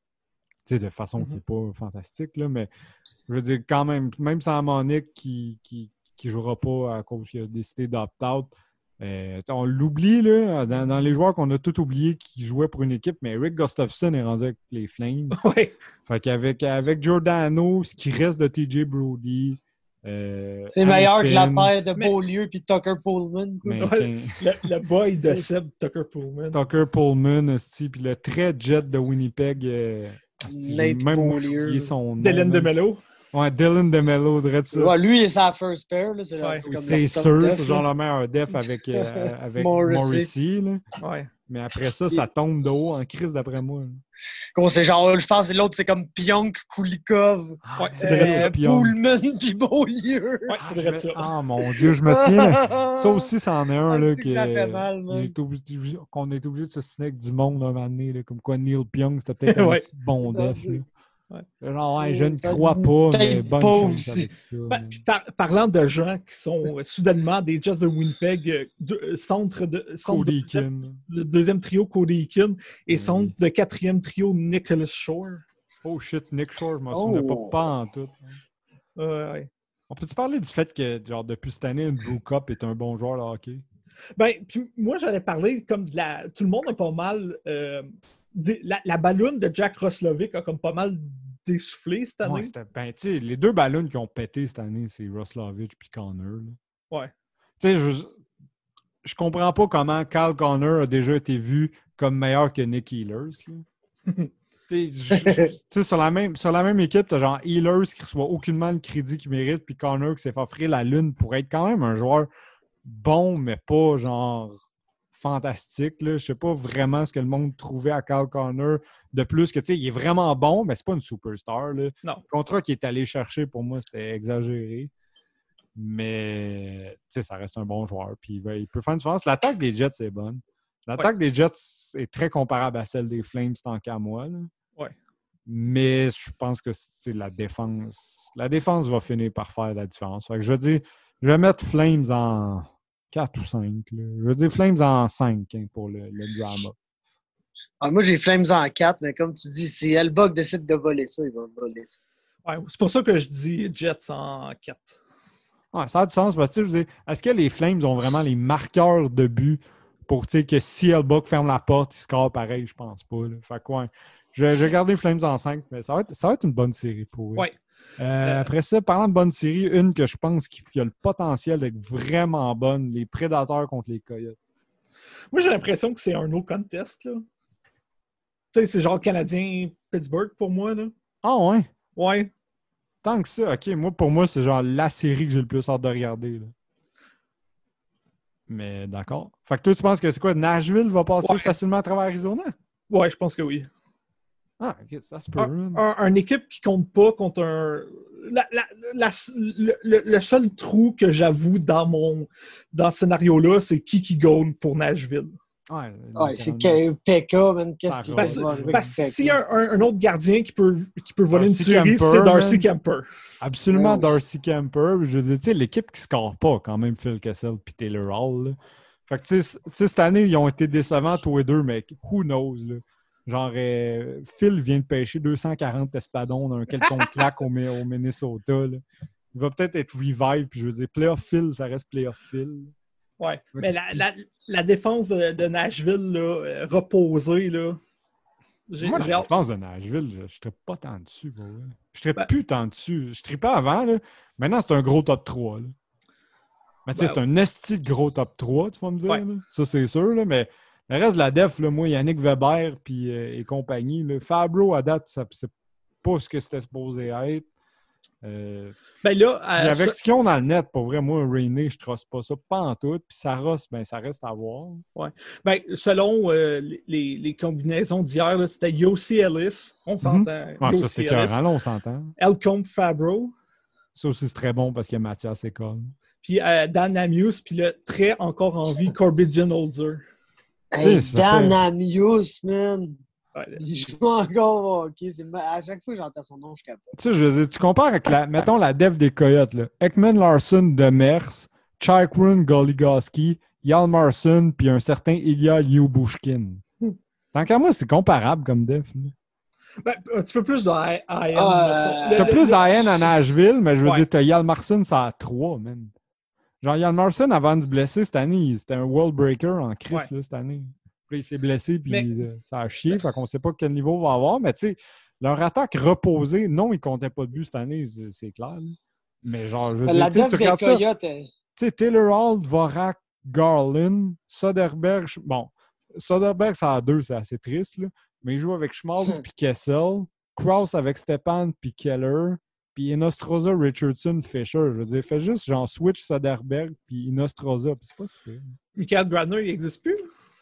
tu sais, de façon qui Mhm. n'est pas fantastique, là, mais je veux dire, quand même, même sans Monique qui, qui, qui jouera pas à cause qu'il a décidé d'opt-out, euh, on l'oublie, là, dans, dans les joueurs qu'on a tous oubliés qui jouaient pour une équipe, mais Rick Gustafson est rendu avec les Flames. Ouais. Fait qu'avec avec Giordano, ce qui reste de T J Brody, euh, C'est meilleur que la Hanifin, paire de Mais- Beaulieu puis Tucker Pullman. quoi. mais Ouais. qu'un- Le, le boy de Seb, Tucker Pullman. Tucker Pullman, esti, puis le très jet de Winnipeg. Euh, esti, j'ai Nate même Beaulieu. oublié son nom. Dylan man. DeMello. Ouais, Dylan DeMello, direct ça. Ouais, lui, il est sa first pair. Là. C'est, Ouais. c'est comme C'est leur top sûr, def, c'est là. genre le meilleur def avec, euh, avec Morrissey. Morrissey. Là. Ouais. Mais après ça, ça tombe de haut en crise d'après moi. là. Qu'on c'est genre, je pense que l'autre, c'est comme Pionk, Kulikov, Ouais, c'est vrai, vrai euh, ça, Pionk. Pullman puis Beaulieu. Ouais, Ah, c'est je vrai me- ça. Ah mon Dieu, je me souviens. là. Ça aussi, c'en est un Ah, là, c'est que qui ça est- fait mal, man. il est obligé- qu'on est obligé de se signer avec du monde un moment donné, là, comme quoi Neil Pionk, c'était peut-être un Ouais. petit bon def. là. Ouais. Genre, ouais, je ne Ça crois me pas, mais tente bonne pas chance aussi. avec ça. Ben, man. puis par- parlant de gens qui sont euh, soudainement des Jets de Winnipeg, euh, deux- euh, centre de centre Cody de- Eakin. le deuxième trio Cody Eakin et Oui. centre de quatrième trio Nicholas Shore. Oh shit, Nick Shore, je m'en Oh. souvenais pas, pas en tout. Euh, ouais. On peut-tu parler du fait que, genre, depuis cette année, Drew Cup est un bon joueur de hockey? Ben, puis moi, j'allais parler comme de la. Tout le monde a pas mal. euh, des- la, la balloune de Jack Roslovic a comme pas mal dessoufflé cette année. Ouais, c'était- ben, tu sais, les deux ballons qui ont pété cette année, c'est Roslovich puis Connor. là. Ouais. Tu sais, je, je comprends pas comment Kyle Connor a déjà été vu comme meilleur que Nick Ehlers. là. Tu sais, je- je- tu sais, sur la même, sur la même équipe, t'as genre Ehlers qui reçoit aucunement le crédit qu'il mérite, puis Connor qui s'est fait offrir la lune pour être quand même un joueur bon, mais pas genre fantastique. Là. Je sais pas vraiment ce que le monde trouvait à Kyle Connor de plus que, tu sais, il est vraiment bon, mais c'est pas une superstar. Là. Non. Le contrat qu'il est allé chercher, pour moi, c'était exagéré. Mais, tu sais, ça reste un bon joueur. Puis, ben, il peut faire une différence. L'attaque des Jets, c'est bonne. L'attaque des Jets est très comparable à celle des Flames, tant qu'à moi. Là. Ouais. Mais je pense que c'est la défense. La défense va finir par faire la différence. Fait que je veux dire, je vais mettre Flames en quatre ou cinq. Là. Je veux dire Flames en cinq hein, pour le, le drama. Ah, moi, j'ai Flames en quatre, mais comme tu dis, si Hellbuck décide de voler ça, il va voler ça. Ouais, c'est pour ça que je dis Jets en quatre. Ouais, ça a du sens parce que je veux dire, est-ce que les Flames ont vraiment les marqueurs de but pour que si Hellbuck ferme la porte, il score pareil? Je pense pas. Là. Fait que ouais, je, je vais garder Flames en cinq, mais ça va être, ça va être une bonne série pour eux. Ouais. Euh, Euh, après ça, parlant de bonne série, une que je pense qui qui a le potentiel d'être vraiment bonne, les Prédateurs contre les Coyotes. Moi, j'ai l'impression que c'est un no contest. Là. Tu sais, c'est genre Canadien-Pittsburgh pour moi. Là. Ah ouais? Ouais. Tant que ça, ok. Moi, pour moi, c'est genre la série que j'ai le plus hâte de regarder. Là. Mais d'accord. Fait que toi, tu penses que c'est quoi? Nashville va passer Ouais. facilement à travers Arizona? Ouais, je pense que oui. Ah, ok, ça se peut. Un, un- un équipe qui compte pas contre un. La- la- la- le, le- le seul trou que j'avoue dans mon dans ce scénario-là, c'est qui qui gagne pour Nashville. Ouais, Ouais, c'est que P K, man. Qu'est-ce qu'il Parce, va avec parce que P K? s'il y a un, un autre gardien qui peut, qui peut voler Darcy une série, Kemper, c'est Darcy man. Kemper. Absolument, Ouais, ouais. Darcy Kemper. Je veux dire, tu sais, l'équipe qui score pas, quand même, Phil Kessel puis Taylor Hall. Là. Fait que, tu sais, tu sais, cette année, ils ont été décevants tous les deux, mais who knows, là. Genre, euh, Phil vient de pêcher deux cent quarante espadons d'un quelconque lac au, au Minnesota. Là. Il va peut-être être revive, puis je veux dire, playoff Phil, ça reste playoff Phil. Ouais, mais la, la, la défense de, de Nashville, là, euh, reposée, là. J'ai, Moi, la j'ai hâte. défense de Nashville, je ne serais pas tant dessus. Pour vrai. Je serais Ben- plus tant dessus. Je ne pas avant. Là. Maintenant, c'est un gros top trois. Là. Mais tu sais, Ben- c'est un esti de gros top trois, tu vas me dire. Ouais. Là. Ça, c'est sûr. Là. Mais le reste de la def, là, moi, Yannick Weber puis, euh, et compagnie, là, Fabro, à date, ça, c'est pas ce que c'était supposé être. Euh, Ben là, puis euh, avec ce- ce qu'ils ont dans le net, pour vrai, moi, Rainey, je ne trosse pas ça, pas en tout. Puis Saros, ben, ça reste à voir. ben, selon euh, les, les combinaisons d'hier, là, c'était Yossi Ellis. On s'entend. Ouais, ça, Yossi c'est Ellis. écœurant, là, on s'entend. Elcombe Fabro. Ça aussi, c'est très bon parce qu'il y a Mathias École. Puis euh, Dan Amius. Puis le très encore en vie, Corbijn Holzer. Hey, ça Dan fait- Amius, man. Ouais, Il joue encore au hockey. C'est ma- À chaque fois que j'entends son nom, je capote. Tu sais, je veux dire, tu compares avec, la, mettons, la def des Coyotes, là. Ekman Larson de Mers, Chaikrun Goligoski, Yalmarsson, puis un certain Ilya Lyubushkin. Hmm. Tant qu'à moi, c'est comparable comme def. là. Ben, un petit peu plus de I- I M. Euh, Le- T'as le- plus le- d'A N à Nashville, mais je veux Ouais. dire, t'as Yalmarsson, ça a trois, man. Genre, Yalmarsson, avant de se blesser cette année, il- c'était un world breaker en crise, Ouais. là, cette année. Puis il s'est blessé, puis Mais- euh, ça a chié, fait qu'on sait pas quel niveau va avoir, mais tu sais, leur attaque reposée, non, ils comptaient pas de but cette année, c'est- c'est clair. là. Mais genre, je veux dire, La tu sais, def tu des regardes ça, tu Coyotes, euh, sais, Taylor Hall, Vorak, Garland, Soderberg, je- bon, Soderberg, ça a deux, c'est assez triste, là, mais il joue avec Schmaltz puis Kessel, Krause avec Stepan puis Keller, puis Inostroza, Richardson, Fisher. Je veux dire, fais juste genre switch Soderberg puis Inostroza, puis c'est pas si pire. Michael Gradner, il n'existe plus.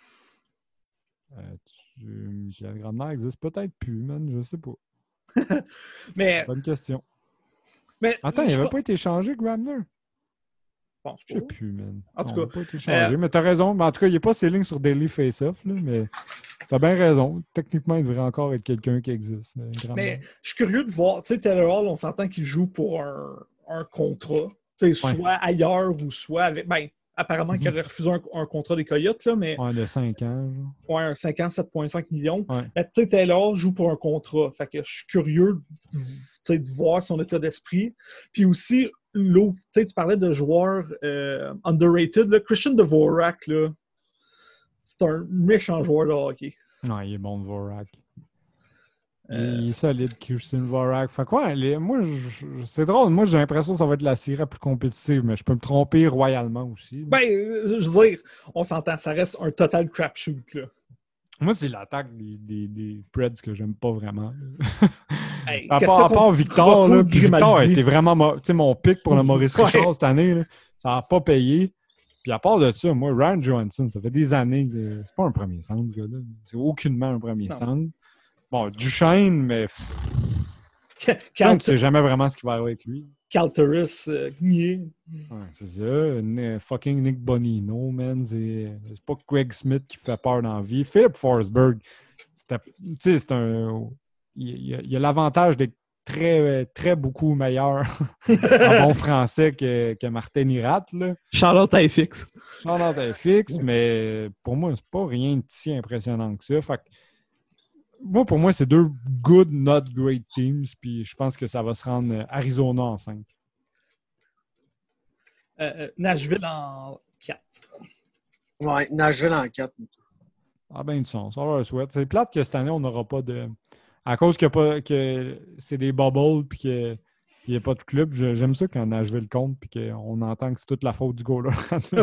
Euh, tu... Michael Grandner existe peut-être plus, man, je sais pas. Mais, Bonne question. mais Attends, il je n'avait pense- pas été changé, Grandner? pense Je sais pas. plus, man. En tout Non, cas, il n'a pas été changé, euh, mais t'as raison. Mais en tout cas, il n'est pas ses lignes sur Daily Face-Off, là, mais t'as bien raison. Techniquement, il devrait encore être quelqu'un qui existe. euh, Grandner. Mais je suis curieux de voir. Tu sais, Taylor Hall, on s'entend qu'il joue pour un, un contrat. Tu sais, Ouais. soit ailleurs ou soit avec. Ben, apparemment qu'il Mhm. aurait refusé un, un contrat des Coyotes, là, mais Ouais, de cinq ans. genre. ouais, un cinq ans, sept virgule cinq millions. Ouais. Mais tu sais, Taylor Hall joue pour un contrat. Fait que je suis curieux de, tu sais, de voir son état d'esprit. Puis aussi, l'autre, tu sais, tu parlais de joueurs euh, underrated. Là. Christian Dvorak, là, c'est un méchant joueur de hockey. Ouais, il est bon, Vorak. Il, Euh, il est solide, Kirsten Vorak. Fait quoi, les- moi, je- je- c'est drôle. Moi, j'ai l'impression que ça va être la série la plus compétitive, mais je peux me tromper royalement aussi. Ben, euh, je veux dire, on s'entend, ça reste un total crapshoot, là. Moi, c'est l'attaque des, des, des Preds que j'aime pas vraiment. Hey, à, qu'est-ce part, à que part t'as Victor, contre là, puis Victor a Grimaldi? été vraiment mo- tu sais, mon pic pour le Maurice Ouais. Richard cette année. Là, ça n'a pas payé. Puis à part de ça, moi, Ryan Johansson, ça fait des années que c'est pas un premier centre, ce gars-là. C'est aucunement un premier Non. centre. Bon, Duchesne, mais pff, Cal- Cal, tu sais jamais vraiment ce qui va arriver avec lui. Calteris, euh, nié. Ouais, c'est ça. N- fucking Nick Bonino, man. C'est c'est pas Craig Smith qui fait peur dans la vie. Philip Forsberg, c'était- tu sais, c'est un. Il y a- il y a l'avantage d'être très, très beaucoup meilleur en bon français que, que Martin Hirat, là. Charlotte à F X. Charlotte est fixe, mais pour moi, c'est pas rien de si impressionnant que ça. Fait que, moi, pour moi, c'est deux good, not great teams, puis je pense que ça va se rendre euh, Arizona en cinq. Euh, euh, Nashville en quatre. Ouais, Nashville en quatre. Ah ben du sens, on le souhaite. C'est plate que cette année, on n'aura pas de... À cause que, pas, que c'est des bubbles puis qu'il n'y a pas de club, je- j'aime ça quand Nashville compte puis qu'on entend que c'est toute la faute du goaler.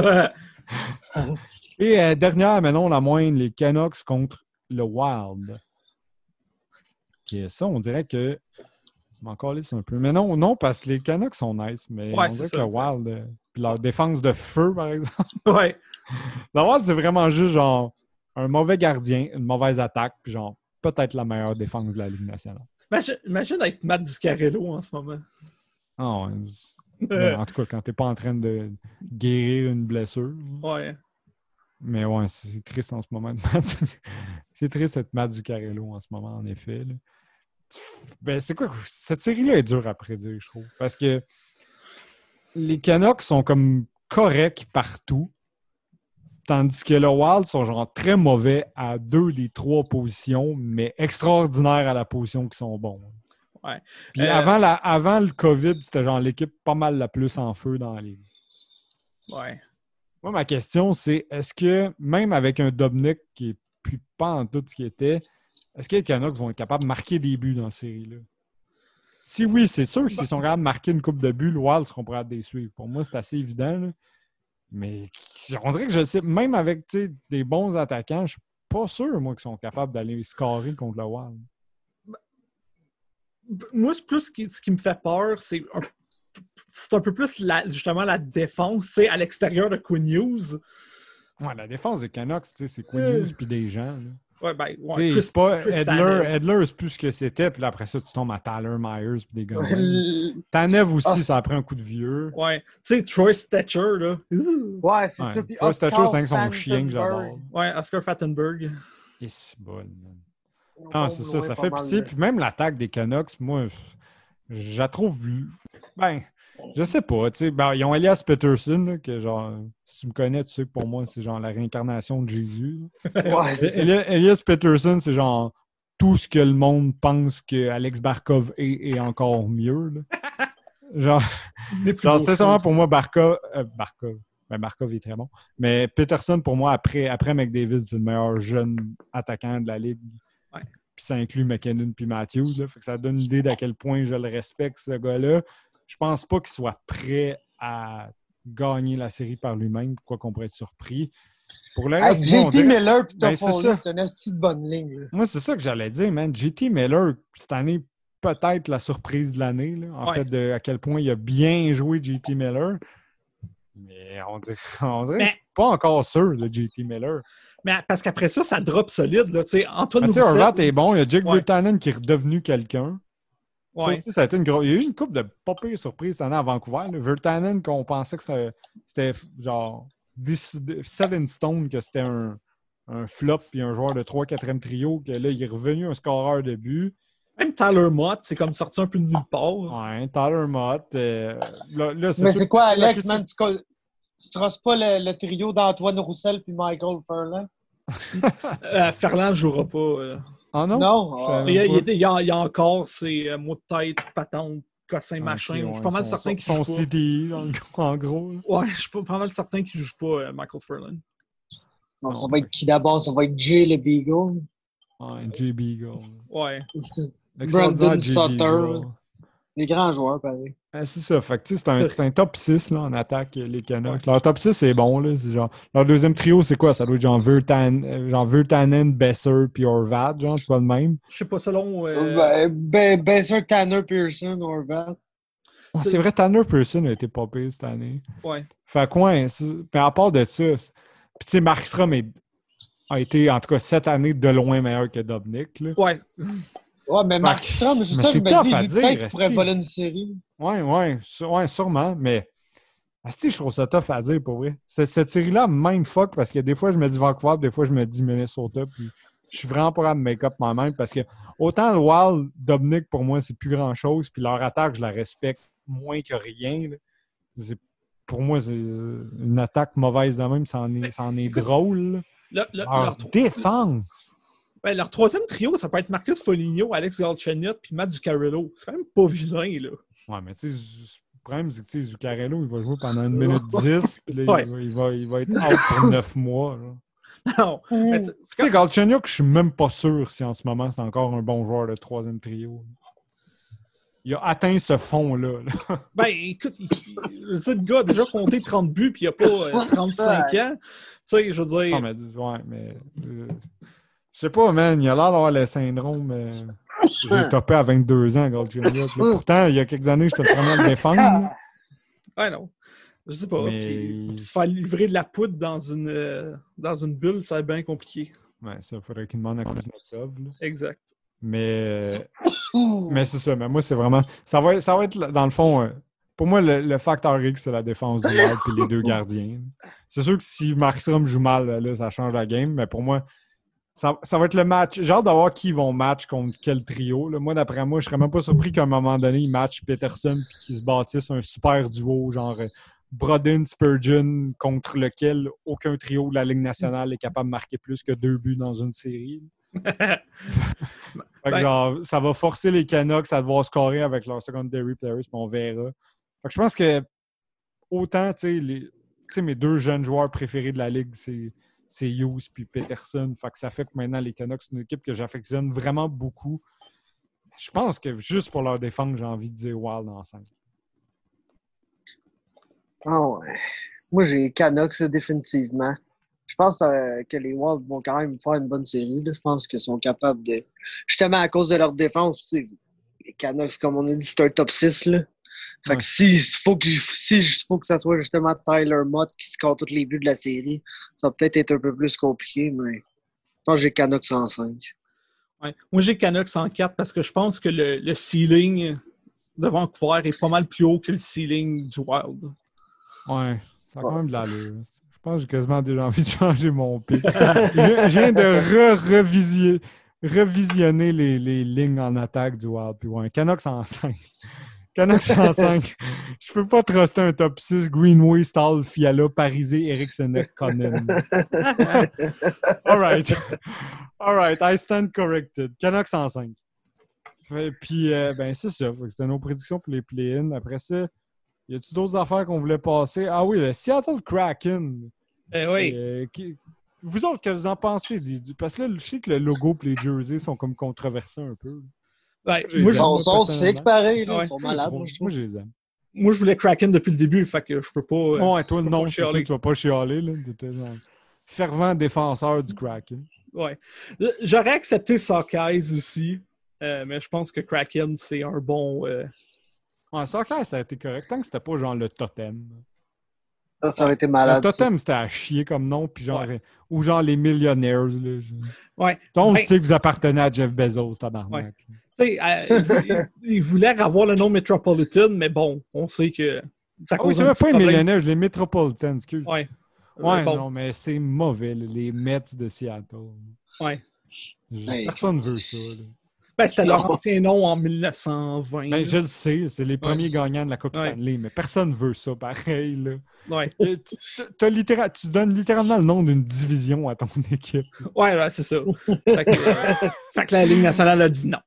Et euh, dernière, mais non la moindre, les Canucks contre le Wild. Puis ça, on dirait que... Je m'en calisse un peu. Mais non, non, parce que les Canucks sont nice, mais Ouais, on c'est dirait ça, que le ça. Wild... euh, puis leur défense de feu, par exemple. Ouais. Le Wild, c'est vraiment juste genre un mauvais gardien, une mauvaise attaque, puis genre peut-être la meilleure défense de la Ligue nationale. Imagine, imagine être Matt Ducarello en ce moment. Ah ouais. c'est- ben, en tout cas, quand t'es pas en train de guérir une blessure. Ouais. Mais ouais, c'est triste en ce moment. C'est triste cette Matt Zuccarello en ce moment, en effet. Là. Ben, c'est quoi? Cette série-là est dure à prédire, je trouve. Parce que les Canucks sont comme corrects partout. Tandis que le Wild sont genre très mauvais à deux des trois positions, mais extraordinaires à la position qui sont bons. Ouais. Puis Euh... avant, la, avant le COVID, c'était genre l'équipe pas mal la plus en feu dans la ligue. Ouais. Moi, ma question, c'est est-ce que même avec un Dobnik qui est plus pas en tout ce qu'il était, est-ce que les Canucks vont être capables de marquer des buts dans cette série-là? Si oui, c'est sûr que s'ils sont capables de marquer une coupe de buts, le Wild seront prêts à les suivre. Pour moi, c'est assez évident. Là. Mais on dirait que je sais, même avec des bons attaquants, je suis pas sûr, moi, qu'ils sont capables d'aller scorer contre le Wild. Moi, c'est plus ce qui, ce qui me fait peur, c'est un, c'est un peu plus la, justement la défense, c'est à l'extérieur de Quinn Hughes. Ouais, la défense des Canucks, c'est Quinn Hughes puis des gens. Là. Ouais, ben, ouais. Chris, c'est pas Chris Edler, Edler, c'est plus ce que c'était, puis là, après ça, tu tombes à Tyler Myers puis des gars. Tanev aussi, oh, ça a pris un coup de vieux. Ouais. Tu sais, Troy Stetcher, là. Ouais, c'est ouais. ça. Puis Troy Stetcher, c'est son chien que j'adore. Ouais, Oscar Fattenberg. Et c'est bon, man. Ah, c'est ça, ça fait pitié. Puis même l'attaque des Canucks, moi, je la trouve. Ben, je sais pas, tu sais. Ben, ils ont Elias Pettersson, là, que genre, si tu me connais, tu sais que pour moi, c'est genre la réincarnation de Jésus. Ouais, c'est ça. Elias, Elias Pettersson, c'est genre tout ce que le monde pense que Alex Barkov est et encore mieux. Là. Genre, genre sincèrement, pour moi, Barkov. Euh, Barkov. Ben, Barkov est très bon. Mais Peterson, pour moi, après, après McDavid, c'est le meilleur jeune attaquant de la Ligue. Ouais. Puis ça inclut McKinnon puis Matthews. Là. Fait que ça donne une idée d'à quel point je le respecte, ce gars-là. Je pense pas qu'il soit prêt à gagner la série par lui-même, quoi qu'on pourrait être surpris. Pour le reste, J T dirait... Miller et ben, Toffoli, c'est une petite bonne ligne. Là. Moi, c'est ça que j'allais dire, man. J T Miller, cette année, peut-être la surprise de l'année. Là. En ouais. fait, de à quel point il a bien joué J T Miller. Mais on dirait, on dirait mais... que je suis pas encore sûr de J T Miller. Mais parce qu'après ça, ça drop solide. Là. Antoine Roussel... Horvat est bon. Il y a Jake ouais. Virtanen qui est redevenu quelqu'un. Ouais. Ça, ça a été une gros... Il y a eu une couple de pas pire surprises cette année à Vancouver. Là. Virtanen, qu'on pensait que c'était, c'était genre set in stone, que c'était un, un flop puis un joueur de trois quatrième trio, que là, il est revenu un scoreur de but. Même Tyler Mott, c'est comme sorti un peu de nulle part. Ouais, Tyler Mott. Euh, là, là, c'est Mais c'est quoi, Alex, que... man? Tu, tu trosses pas le, le trio d'Antoine Roussel puis Michael Ferland? euh, Ferland ne jouera pas. Euh... Ah non? Non. Il y, a, il, y a, il, y a, il y a encore ces euh, mots de tête, patente, cossin, okay, machin. Ouais, je suis pas mal son, certain qu'ils son jouent C D I, en, en gros. Ouais, je suis pas, pas mal certain qu'ils ne jouent pas euh, Michael Ferland. Non, ça non, va être qui d'abord? Ça va être Jay le Beagle. Ouais, Jay Beagle. Ouais. Brandon Sutter. Les grands joueurs, pareil. Ah, c'est ça. Fait que, c'est, un, c'est un top six là, en attaque, les Canucks. Ouais. Leur top six, c'est bon. Là. C'est genre, leur deuxième trio, c'est quoi? Ça doit être genre Virtanen, genre Virtanen, Besser puis Horvat, genre, c'est pas le même. Je sais pas, selon... Euh... Be- Besser, Tanner, Pearson, Horvat. Oh, c'est vrai, Tanner Pearson a été pas pire cette année. Ouais. Fait quoi? Puis à part de ça, puis tu sais, Markstrom est, a été, en tout cas, cette année, de loin meilleur que Dobnik. Là. Ouais. Ouais, mais Markstrom, c'est ça, je me dis, lui, dire, peut-être qu'il pourrait voler une série. Ouais, ouais, ouais, sûrement, mais asti, je trouve ça tough à dire, pour vrai. Cette, cette série-là, mindfuck, parce que des fois, je me dis Vancouver, des fois, je me dis Minnesota, puis je suis vraiment pas à me make-up moi-même, parce que autant le Wild, Dobnik, pour moi, c'est plus grand-chose, puis leur attaque, je la respecte moins que rien. C'est, pour moi, c'est une attaque mauvaise de même, ça en est, ça en est drôle. Le, le, leur, leur défense! Ben, leur troisième trio, ça peut être Marcus Foligno, Alex Galchenyuk puis Matt Zuccarello. C'est quand même pas vilain, là. Ouais, mais tu sais, le problème, c'est que Zuccarello, il va jouer pendant une minute dix, puis là, ouais. il, va, il, va, il va être out pour neuf mois. Là. Non. Tu sais, quand... Galchenyuk, je suis même pas sûr si en ce moment, c'est encore un bon joueur de troisième trio. Il a atteint ce fond-là. Là. Ben, écoute, il, le gars a déjà compté trente buts, puis il a pas euh, trente-cinq ans. Tu sais, je veux dire... Non, mais... Ouais, mais... Euh... Je sais pas, man, il a l'air d'avoir le syndrome. Euh... J'ai topé à vingt-deux ans, Galchenyuk. Pourtant, il y a quelques années, j'étais le premier à le défendre. Ah non. Je sais pas. Mais... Puis, puis se faire livrer de la poudre dans une, euh, dans une bulle, ça va être bien compliqué. Ouais, ça, il faudrait qu'il demande à Kuznetsov. Exact. Mais, mais c'est ça. Mais moi, c'est vraiment... Ça va, ça va être, dans le fond, euh, pour moi, le, le facteur X, c'est la défense du Wild et les deux gardiens. C'est sûr que si Markstrom joue mal, là, ça change la game, mais pour moi, ça, ça va être le match. J'ai hâte de voir qui vont match contre quel trio. Là. Moi, d'après moi, je serais même pas surpris qu'à un moment donné, ils matchent Peterson et qu'ils se bâtissent un super duo, genre euh, Brodin, Spurgeon, contre lequel aucun trio de la Ligue nationale est capable de marquer plus que deux buts dans une série. Fait que Ben- genre, ça va forcer les Canucks à devoir scorer avec leur secondary players, puis on verra. Fait que je pense que autant, tu sais, les- tu sais, mes deux jeunes joueurs préférés de la Ligue, c'est, c'est Hughes puis Peterson. Fait que ça fait que maintenant, les Canucks, c'est une équipe que j'affectionne vraiment beaucoup. Je pense que juste pour leur défense, j'ai envie de dire Wild en cinq. Ah ouais. Moi, j'ai Canucks, là, définitivement. Je pense euh, que les Wild vont quand même faire une bonne série. Là. Je pense qu'ils sont capables de... Justement, à cause de leur défense, tu sais, les Canucks, comme on a dit, c'est un top six. Là. Fait Ouais. que si faut que si faut que ça soit justement Tyler Mott qui score tous les buts de la série, ça va peut-être être un peu plus compliqué, mais je pense que j'ai Canucks en cinq. Ouais. Moi, j'ai Canucks en quatre parce que je pense que le, le ceiling de Vancouver est pas mal plus haut que le ceiling du Wild. Ouais, ça a quand même de l'allure. Je pense que j'ai quasiment déjà envie de changer mon pic. je, je viens de re-revisionner revisionner les, les lignes en attaque du Wild. Puis ouais, Canucks en cinq. Canucks en cinq. Je peux pas truster un top six. Greenway, Stahl, Fiala, Parisé, Eriksson, Conan. All right. All right. I stand corrected. Canucks en cinq. Fait, puis, euh, ben, c'est ça. C'était nos prédictions pour les play-in. Après ça, y a-tu d'autres affaires qu'on voulait passer? Ah oui, le Seattle Kraken. Eh oui. Euh, qui- Vous autres, que vous en pensez? Des- du- Parce que là, je sais que le logo et les jerseys sont comme controversés un peu. Ouais, J'ai moi, les je, aime. Ils moi, sont personnellement. sick pareil, là. Ouais. Ils sont Moi, je malades, trouve- moi, je moi, trouve. je les aime. moi, je voulais Kraken depuis le début, fait que je peux pas. euh, Ouais, toi, je peux non, pas c'est sûr chialer. que tu vas pas chialer. Là. T'étais genre fervent défenseur du Kraken. Ouais. J'aurais accepté Sockeyes aussi, euh, mais je pense que Kraken, c'est un bon. euh, Ouais, Soccer, ça a été correct. Tant que c'était pas genre le totem. Ça, ça aurait été Le malade. ça. totem, c'était à chier comme nom. Puis genre, Ouais. ou genre les millionnaires. Là, je- Ouais. On Ben, le sait que vous appartenez à Jeff Bezos, tabarnak. tu sais, euh, ils, ils voulaient avoir le nom Metropolitan, mais bon, on sait que ça Ah oui, cause c'est un même petit pas les problème. millionnaires, les Metropolitans, excuse. Ouais. Ouais, Euh, bon, non, mais c'est mauvais, là, les Mets de Seattle. ouais. Je- Hey. Personne veut ça. Là. Ben, c'était leur Non. ancien nom en mille neuf cent vingt. Ben, là. je le sais, c'est les premiers gagnants de la Coupe Ouais. Stanley, mais personne veut ça, pareil. Là. Ouais. Et tu- t'as littéra- tu donnes littéralement le nom d'une division à ton équipe. Ouais, ouais, c'est ça. Fait que, euh, fait que la Ligue nationale a dit non.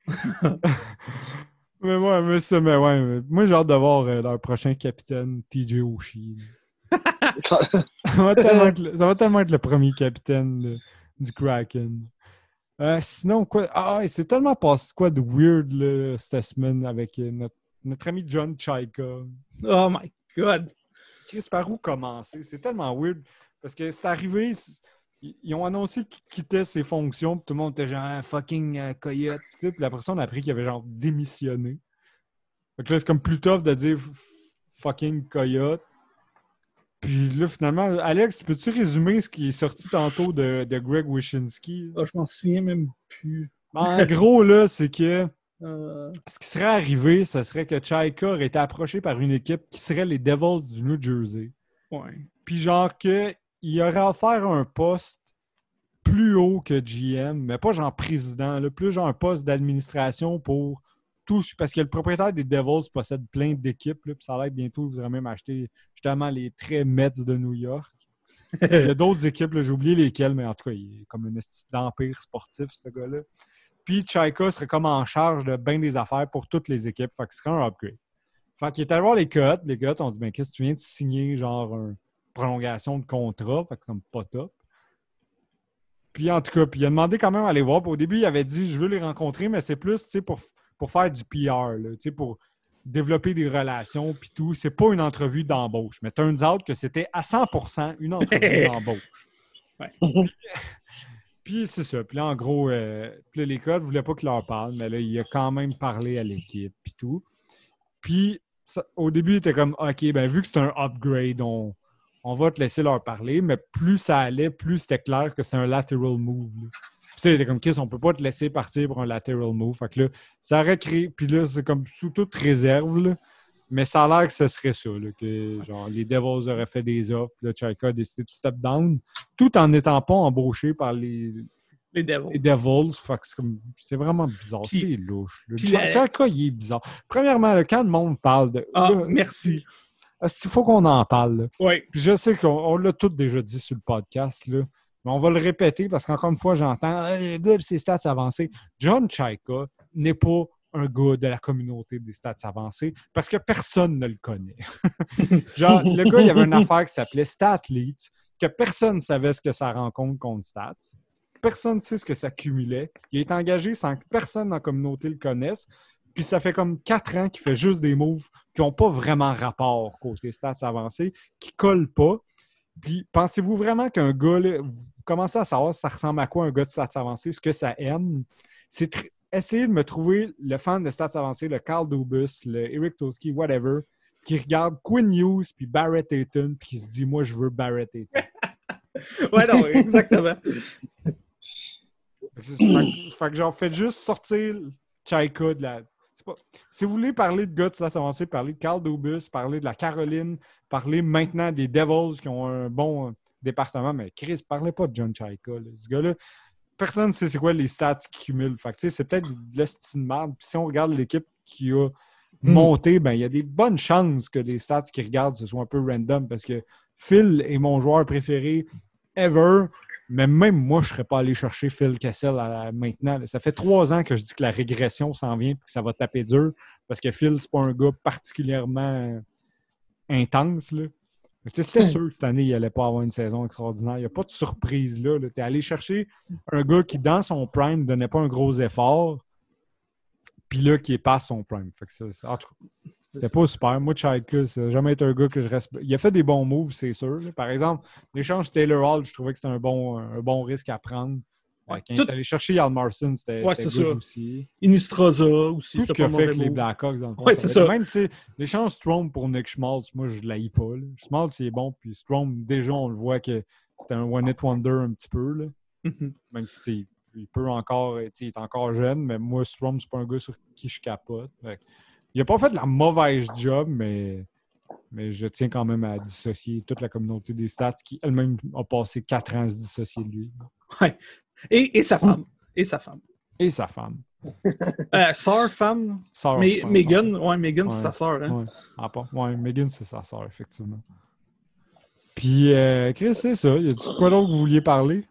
Mais moi, mais ça, mais ouais, mais moi j'ai hâte de voir euh, leur prochain capitaine, T J Oshie. Ça- ça, va tellement être le, ça va tellement être le premier capitaine là, du Kraken. Euh, sinon, quoi? Ah, ouais, c'est tellement passé quoi de weird là, cette semaine avec euh, notre, notre ami John Chaika. Oh my God. Chris, par où commencer? C'est tellement weird. Parce que c'est arrivé, c'est- ils ils ont annoncé qu'il quittait ses fonctions, puis tout le monde était genre ah, fucking euh, coyote. Puis, tu sais, puis la personne a appris qu'il avait genre démissionné. Fait que là, c'est comme plus tough de dire f- fucking coyote. Puis là, finalement, Alex, peux-tu résumer ce qui est sorti tantôt de, de Greg Wyshynski? Oh, je m'en souviens même plus. En gros, là, c'est que Euh, ce qui serait arrivé, ce serait que Chaika aurait été approché par une équipe qui serait les Devils du New Jersey. ouais. Puis genre qu'il aurait offert un poste plus haut que G M, mais pas genre président, là, plus genre un poste d'administration pour tous, parce que le propriétaire des Devils possède plein d'équipes, là, puis ça a l'air que bientôt, il voudrait même acheter justement les très Mets de New York. Il y a d'autres équipes, là, j'ai oublié lesquelles, mais en tout cas, il est comme une esti d'empire sportif, ce gars-là. Puis Chaika serait comme en charge de bien des affaires pour toutes les équipes, fait que ce serait un upgrade. Fait qu'il est allé voir les Coyotes, les Coyotes ont dit ben qu'est-ce que tu viens de signer, genre une prolongation de contrat, fait que c'est comme pas top. Puis en tout cas, puis il a demandé quand même à aller voir. Puis au début, il avait dit je veux les rencontrer, mais c'est plus pour, pour faire du P R, là, pour développer des relations puis tout. C'est pas une entrevue d'embauche. Mais turns out que c'était à cent pour cent une entrevue d'embauche. Ouais. Puis c'est ça. Puis là, en gros, euh, puis là, les Coyotes ne voulaient pas qu'il leur parle, mais là, il a quand même parlé à l'équipe puis tout. Puis ça, au début, il était comme OK, ben vu que c'est un upgrade, on, on va te laisser leur parler, mais plus ça allait, plus c'était clair que c'était un lateral move. Là. Puis ça, il était comme Chris, on peut pas te laisser partir pour un lateral move. Fait que là, ça aurait créé. Puis là, c'est comme sous toute réserve, là, Mais ça a l'air que ce serait ça, là, que genre, les Devils auraient fait des offres, puis là, Chaika a décidé de step down, tout en n'étant pas embauché par les, Les Devils. les Devils. Fait que c'est, comme, c'est vraiment bizarre. Puis, c'est louche. puis Ch- la... Chaika, il est bizarre. Premièrement, là, quand le monde parle de... Ah, là, merci. il faut qu'on en parle. Là. Oui. Puis je sais qu'on on l'a tout déjà dit sur le podcast, là, mais on va le répéter parce qu'encore une fois, j'entends hey, « Le gars, ses stats avancées. » John Chaika n'est pas un gars de la communauté des stats avancées parce que personne ne le connaît. Genre, le gars, il y avait une affaire qui s'appelait StatLeaks, que personne ne savait ce que ça rencontre contre Stats. Personne ne sait ce que ça cumulait. Il est engagé sans que personne dans la communauté le connaisse. Puis ça fait comme quatre ans qu'il fait juste des moves qui n'ont pas vraiment rapport côté stats avancées, qui ne collent pas. Puis pensez-vous vraiment qu'un gars, là, vous commencez à savoir ça ressemble à quoi un gars de stats avancées, ce que ça aime? C'est tr- essayer de me trouver le fan de stats avancées, le Carl Dubus, le Eric Toski, whatever, qui regarde Quinn Hughes puis Barrett Hayton puis qui se dit « Moi, je veux Barrett Hayton. » Ouais, non, exactement. Fait que, fait que genre, faites juste sortir Chaika de la... Pas... Si vous voulez parler de gars de stats avancées, parler de Carl Dubus, parler de la Caroline, parler maintenant des Devils qui ont un bon euh, département, mais Chris, parlez pas de John Chaika. Là. Ce gars-là, personne ne sait c'est quoi les stats qu'il cumule. Fait que, c'est peut-être de l'estime de merde. Puis si on regarde l'équipe qui a monté, ben il y a des bonnes chances que les stats qu'ils regardent ce soient un peu random parce que Phil est mon joueur préféré ever. Mais même moi, je ne serais pas allé chercher Phil Kessel à, à, maintenant. Là. Ça fait trois ans que je dis que la régression s'en vient et que ça va taper dur parce que Phil, c'est pas un gars particulièrement intense. Là. C'était sûr que cette année, il n'allait pas avoir une saison extraordinaire. Il n'y a pas de surprise là. là. Tu es allé chercher un gars qui, dans son prime, ne donnait pas un gros effort, puis là, qui est pas son prime. Fait que c'est, en tout cas, c'est pas super. Moi, Chaika, ça n'a jamais été un gars que je respecte. Il a fait des bons moves, c'est sûr. Là. Par exemple, l'échange Taylor Hall, je trouvais que c'était un bon, un bon risque à prendre. Ouais, quand Tout... il est allé chercher Yalmarsson, c'était, ouais, c'était c'est good ça. Aussi. Inistraza aussi. Tout ce qu'il a fait avec les Blackhawks, dans le fond. Ouais, c'est ça. Même, tu sais, l'échange Strome pour Nick Schmaltz, moi, je ne l'haïs pas. Là. Schmaltz, c'est bon. Puis Strome, déjà, on le voit que c'était un one-hit wonder un petit peu. Là. Mm-hmm. Même si il peut encore, il est encore jeune, mais moi, Strome, c'est pas un gars sur qui je capote. Fait. Il n'a pas fait de la mauvaise job, mais, mais je tiens quand même à dissocier toute la communauté des stats qui elle-même a passé quatre ans à se dissocier de lui. Ouais. Et, et sa femme. Et sa femme. Et sa femme. euh, sœur, femme. Sœur. Mais, Megan, ouais, Megan, ouais. C'est sa sœur. Hein? Ouais. Ah, pas. Ouais, Megan, c'est sa sœur, effectivement. Puis, euh, Chris, c'est ça. Y a-tu quoi d'autre que vous vouliez parler?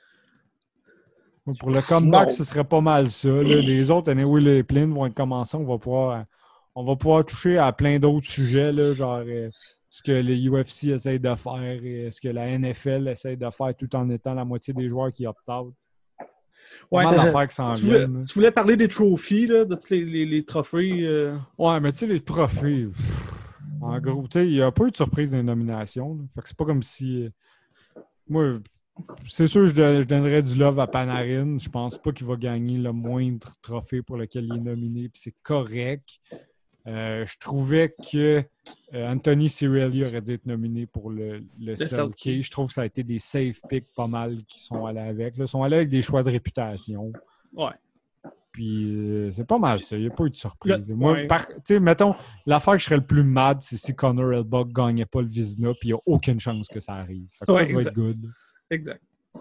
Pour le comeback, non. Ce serait pas mal ça. Là. Les autres, anyway, les plains vont être commencés. On va pouvoir, on va pouvoir toucher à plein d'autres sujets, là, genre euh, ce que les U F C essayent de faire et ce que la N F L essaie de faire tout en étant la moitié des joueurs qui opt-out. Ouais, qui s'en tu, voulais, tu voulais parler des trophies, là, de tous les, les, les trophées. Euh... Ouais, mais tu sais, les trophées, pff, en gros, tu sais, il n'y a pas eu de surprise dans les nominations. Là. Fait que c'est pas comme si... Moi... C'est sûr, je, je donnerais du love à Panarin. Je pense pas qu'il va gagner le moindre trophée pour lequel il est nominé, puis c'est correct. Euh, je trouvais que euh, Anthony Cirelli aurait dû être nominé pour le, le Selke. Je trouve que ça a été des safe picks pas mal qui sont allés avec. Là. Ils sont allés avec des choix de réputation. Ouais. Puis euh, c'est pas mal ça. Il n'y a pas eu de surprise. Le, Moi, ouais. par, tu sais, mettons, l'affaire que je serais le plus mad, c'est si Connor Hellebuyck ne gagnait pas le Vizina, puis il n'y a aucune chance que ça arrive. Fait que ouais, tout va être good. Exact.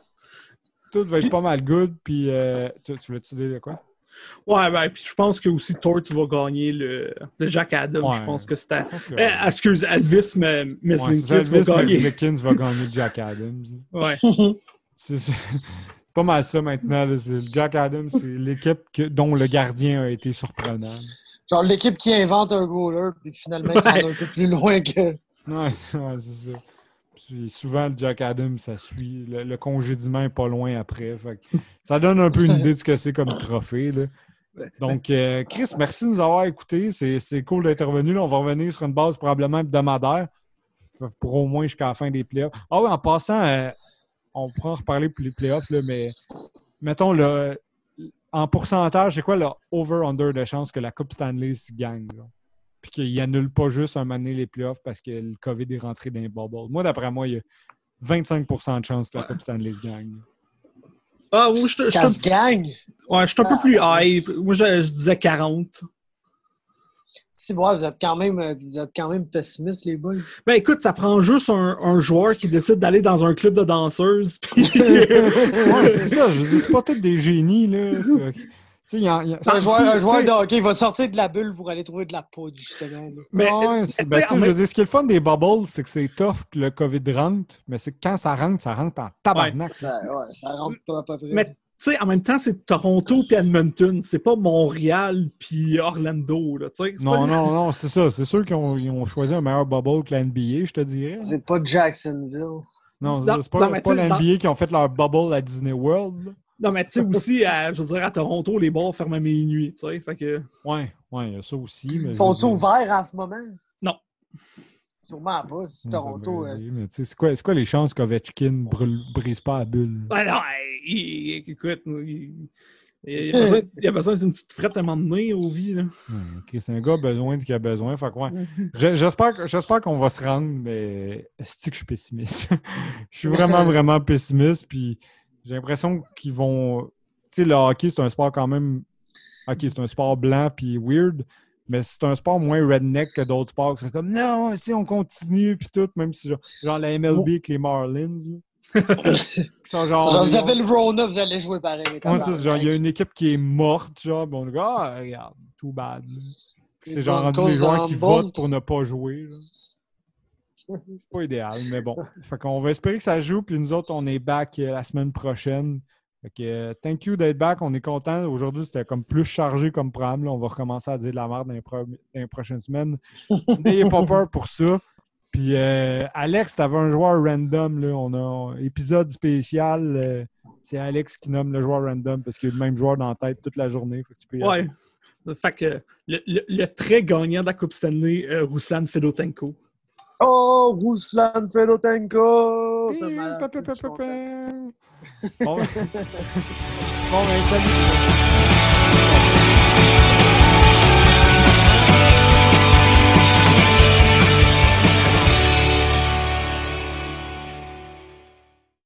Tout va être pas mal good, puis euh, tu, tu voulais-tu dire de quoi? Ouais, ben, puis je pense que aussi Torts va gagner le, le Jack Adams. Ouais, je pense que c'était. Que... Eh, excuse, Elvis, mais Meslinkins ouais, va gagner. Meslinkins va gagner Jack Adams. Ouais. c'est, c'est pas mal ça maintenant. Là. C'est, Jack Adams, c'est l'équipe que, dont le gardien a été surprenant. Genre l'équipe qui invente un goaler, puis finalement, ça va un peu plus loin que. Ouais, c'est, ouais, c'est ça. Puis souvent, le Jack Adams, ça suit. Le, le congédiement n'est pas loin après. Fait que ça donne un peu une idée de ce que c'est comme trophée. Là. Donc, euh, Chris, merci de nous avoir écoutés. C'est, c'est cool d'être revenu. Là. On va revenir sur une base probablement hebdomadaire pour au moins jusqu'à la fin des playoffs. Ah oui, en passant, euh, on pourra en reparler pour les playoffs, là, mais mettons, le, en pourcentage, c'est quoi le over-under de chance que la Coupe Stanley se gagne? Là? Puis qu'il annule pas juste un moment donné les playoffs parce que le COVID est rentré dans les bubbles. Moi, d'après moi, il y a vingt-cinq pour cent de chance que la Coupe Stanley se gagne. Ah oui, je te... Ça se gagne? Ouais, je suis un peu plus high. Moi, je, je disais quarante. Si, ouais, vous êtes quand même, vous êtes quand même pessimistes, les boys. Ben écoute, ça prend juste un, un joueur qui décide d'aller dans un club de danseuses. Puis... ouais, c'est ça. Je dis, c'est pas tous des génies, là. Y a, y a... Un joueur, un joueur de hockey va sortir de la bulle pour aller trouver de la poudre, justement. Mais, ouais, c'est, ben, je veux dire, ce qui est le fun des bubbles, c'est que c'est tough que le COVID rentre, mais c'est que quand ça rentre, ça rentre en tabarnak. Ouais, ça, ouais, ça rentre pas à peu près. Mais tu sais, en même temps, c'est Toronto puis Edmonton. C'est pas Montréal puis Orlando, là, tu sais. Non, pas... non, non, c'est ça. C'est sûr qu'ils ont, ils ont choisi un meilleur bubble que la N B A, je te dirais. C'est pas Jacksonville. Non, c'est, non, c'est pas, non, pas la N B A dans... qui ont fait leur bubble à Disney World, là. Non, mais tu sais aussi, à, je veux dire, à Toronto, les bars ferment à minuit, tu sais, fait que... Ouais, ouais, il y a ça aussi, mais... Sont-ils ouverts en ce moment? Non. Sûrement pas, si Toronto... Euh... Mais tu sais, c'est quoi, c'est quoi les chances qu'Ovechkin brûle, brise pas la bulle? Ben non, il, écoute, il, il, a besoin, il a besoin d'une petite frette à un moment donné au vie, là. Okay, c'est un gars besoin de ce qu'il a besoin, fait que ouais. J'espère, j'espère qu'on va se rendre, mais c'est que je suis pessimiste. Je suis vraiment, vraiment pessimiste, puis... J'ai l'impression qu'ils vont... Tu sais, le hockey, c'est un sport quand même... OK, c'est un sport blanc puis weird, mais c'est un sport moins redneck que d'autres sports. C'est comme, non, si on continue, puis tout, même si genre, genre la M L B avec les Marlins. qui sont genre... genre vous avez le Rona, vous allez jouer pareil. Moi, c'est genre, il y a une équipe qui est morte, genre, bon, on dit, ah, regarde, too bad. C'est genre rendu les joueurs qui votent pour ne pas jouer, là. C'est pas idéal, mais bon. Fait qu'on va espérer que ça joue, puis nous autres, on est back la semaine prochaine. Fait que, uh, thank you d'être back, on est content. Aujourd'hui, c'était comme plus chargé comme programme. Là. On va recommencer à dire de la merde dans les, pro- dans les prochaines semaines. N'ayez pas peur pour ça. Puis, euh, Alex, t'avais un joueur random. Là. On a un épisode spécial. Euh, c'est Alex qui nomme le joueur random parce qu'il a le même joueur dans la tête toute la journée. Fait que tu peux y ouais. Aller. Fait que le, le, le très gagnant de la Coupe Stanley, euh, Ruslan Fedotenko. Oh, Ruslan Fedotenko! C'est malade, bon, bon, ben, salut!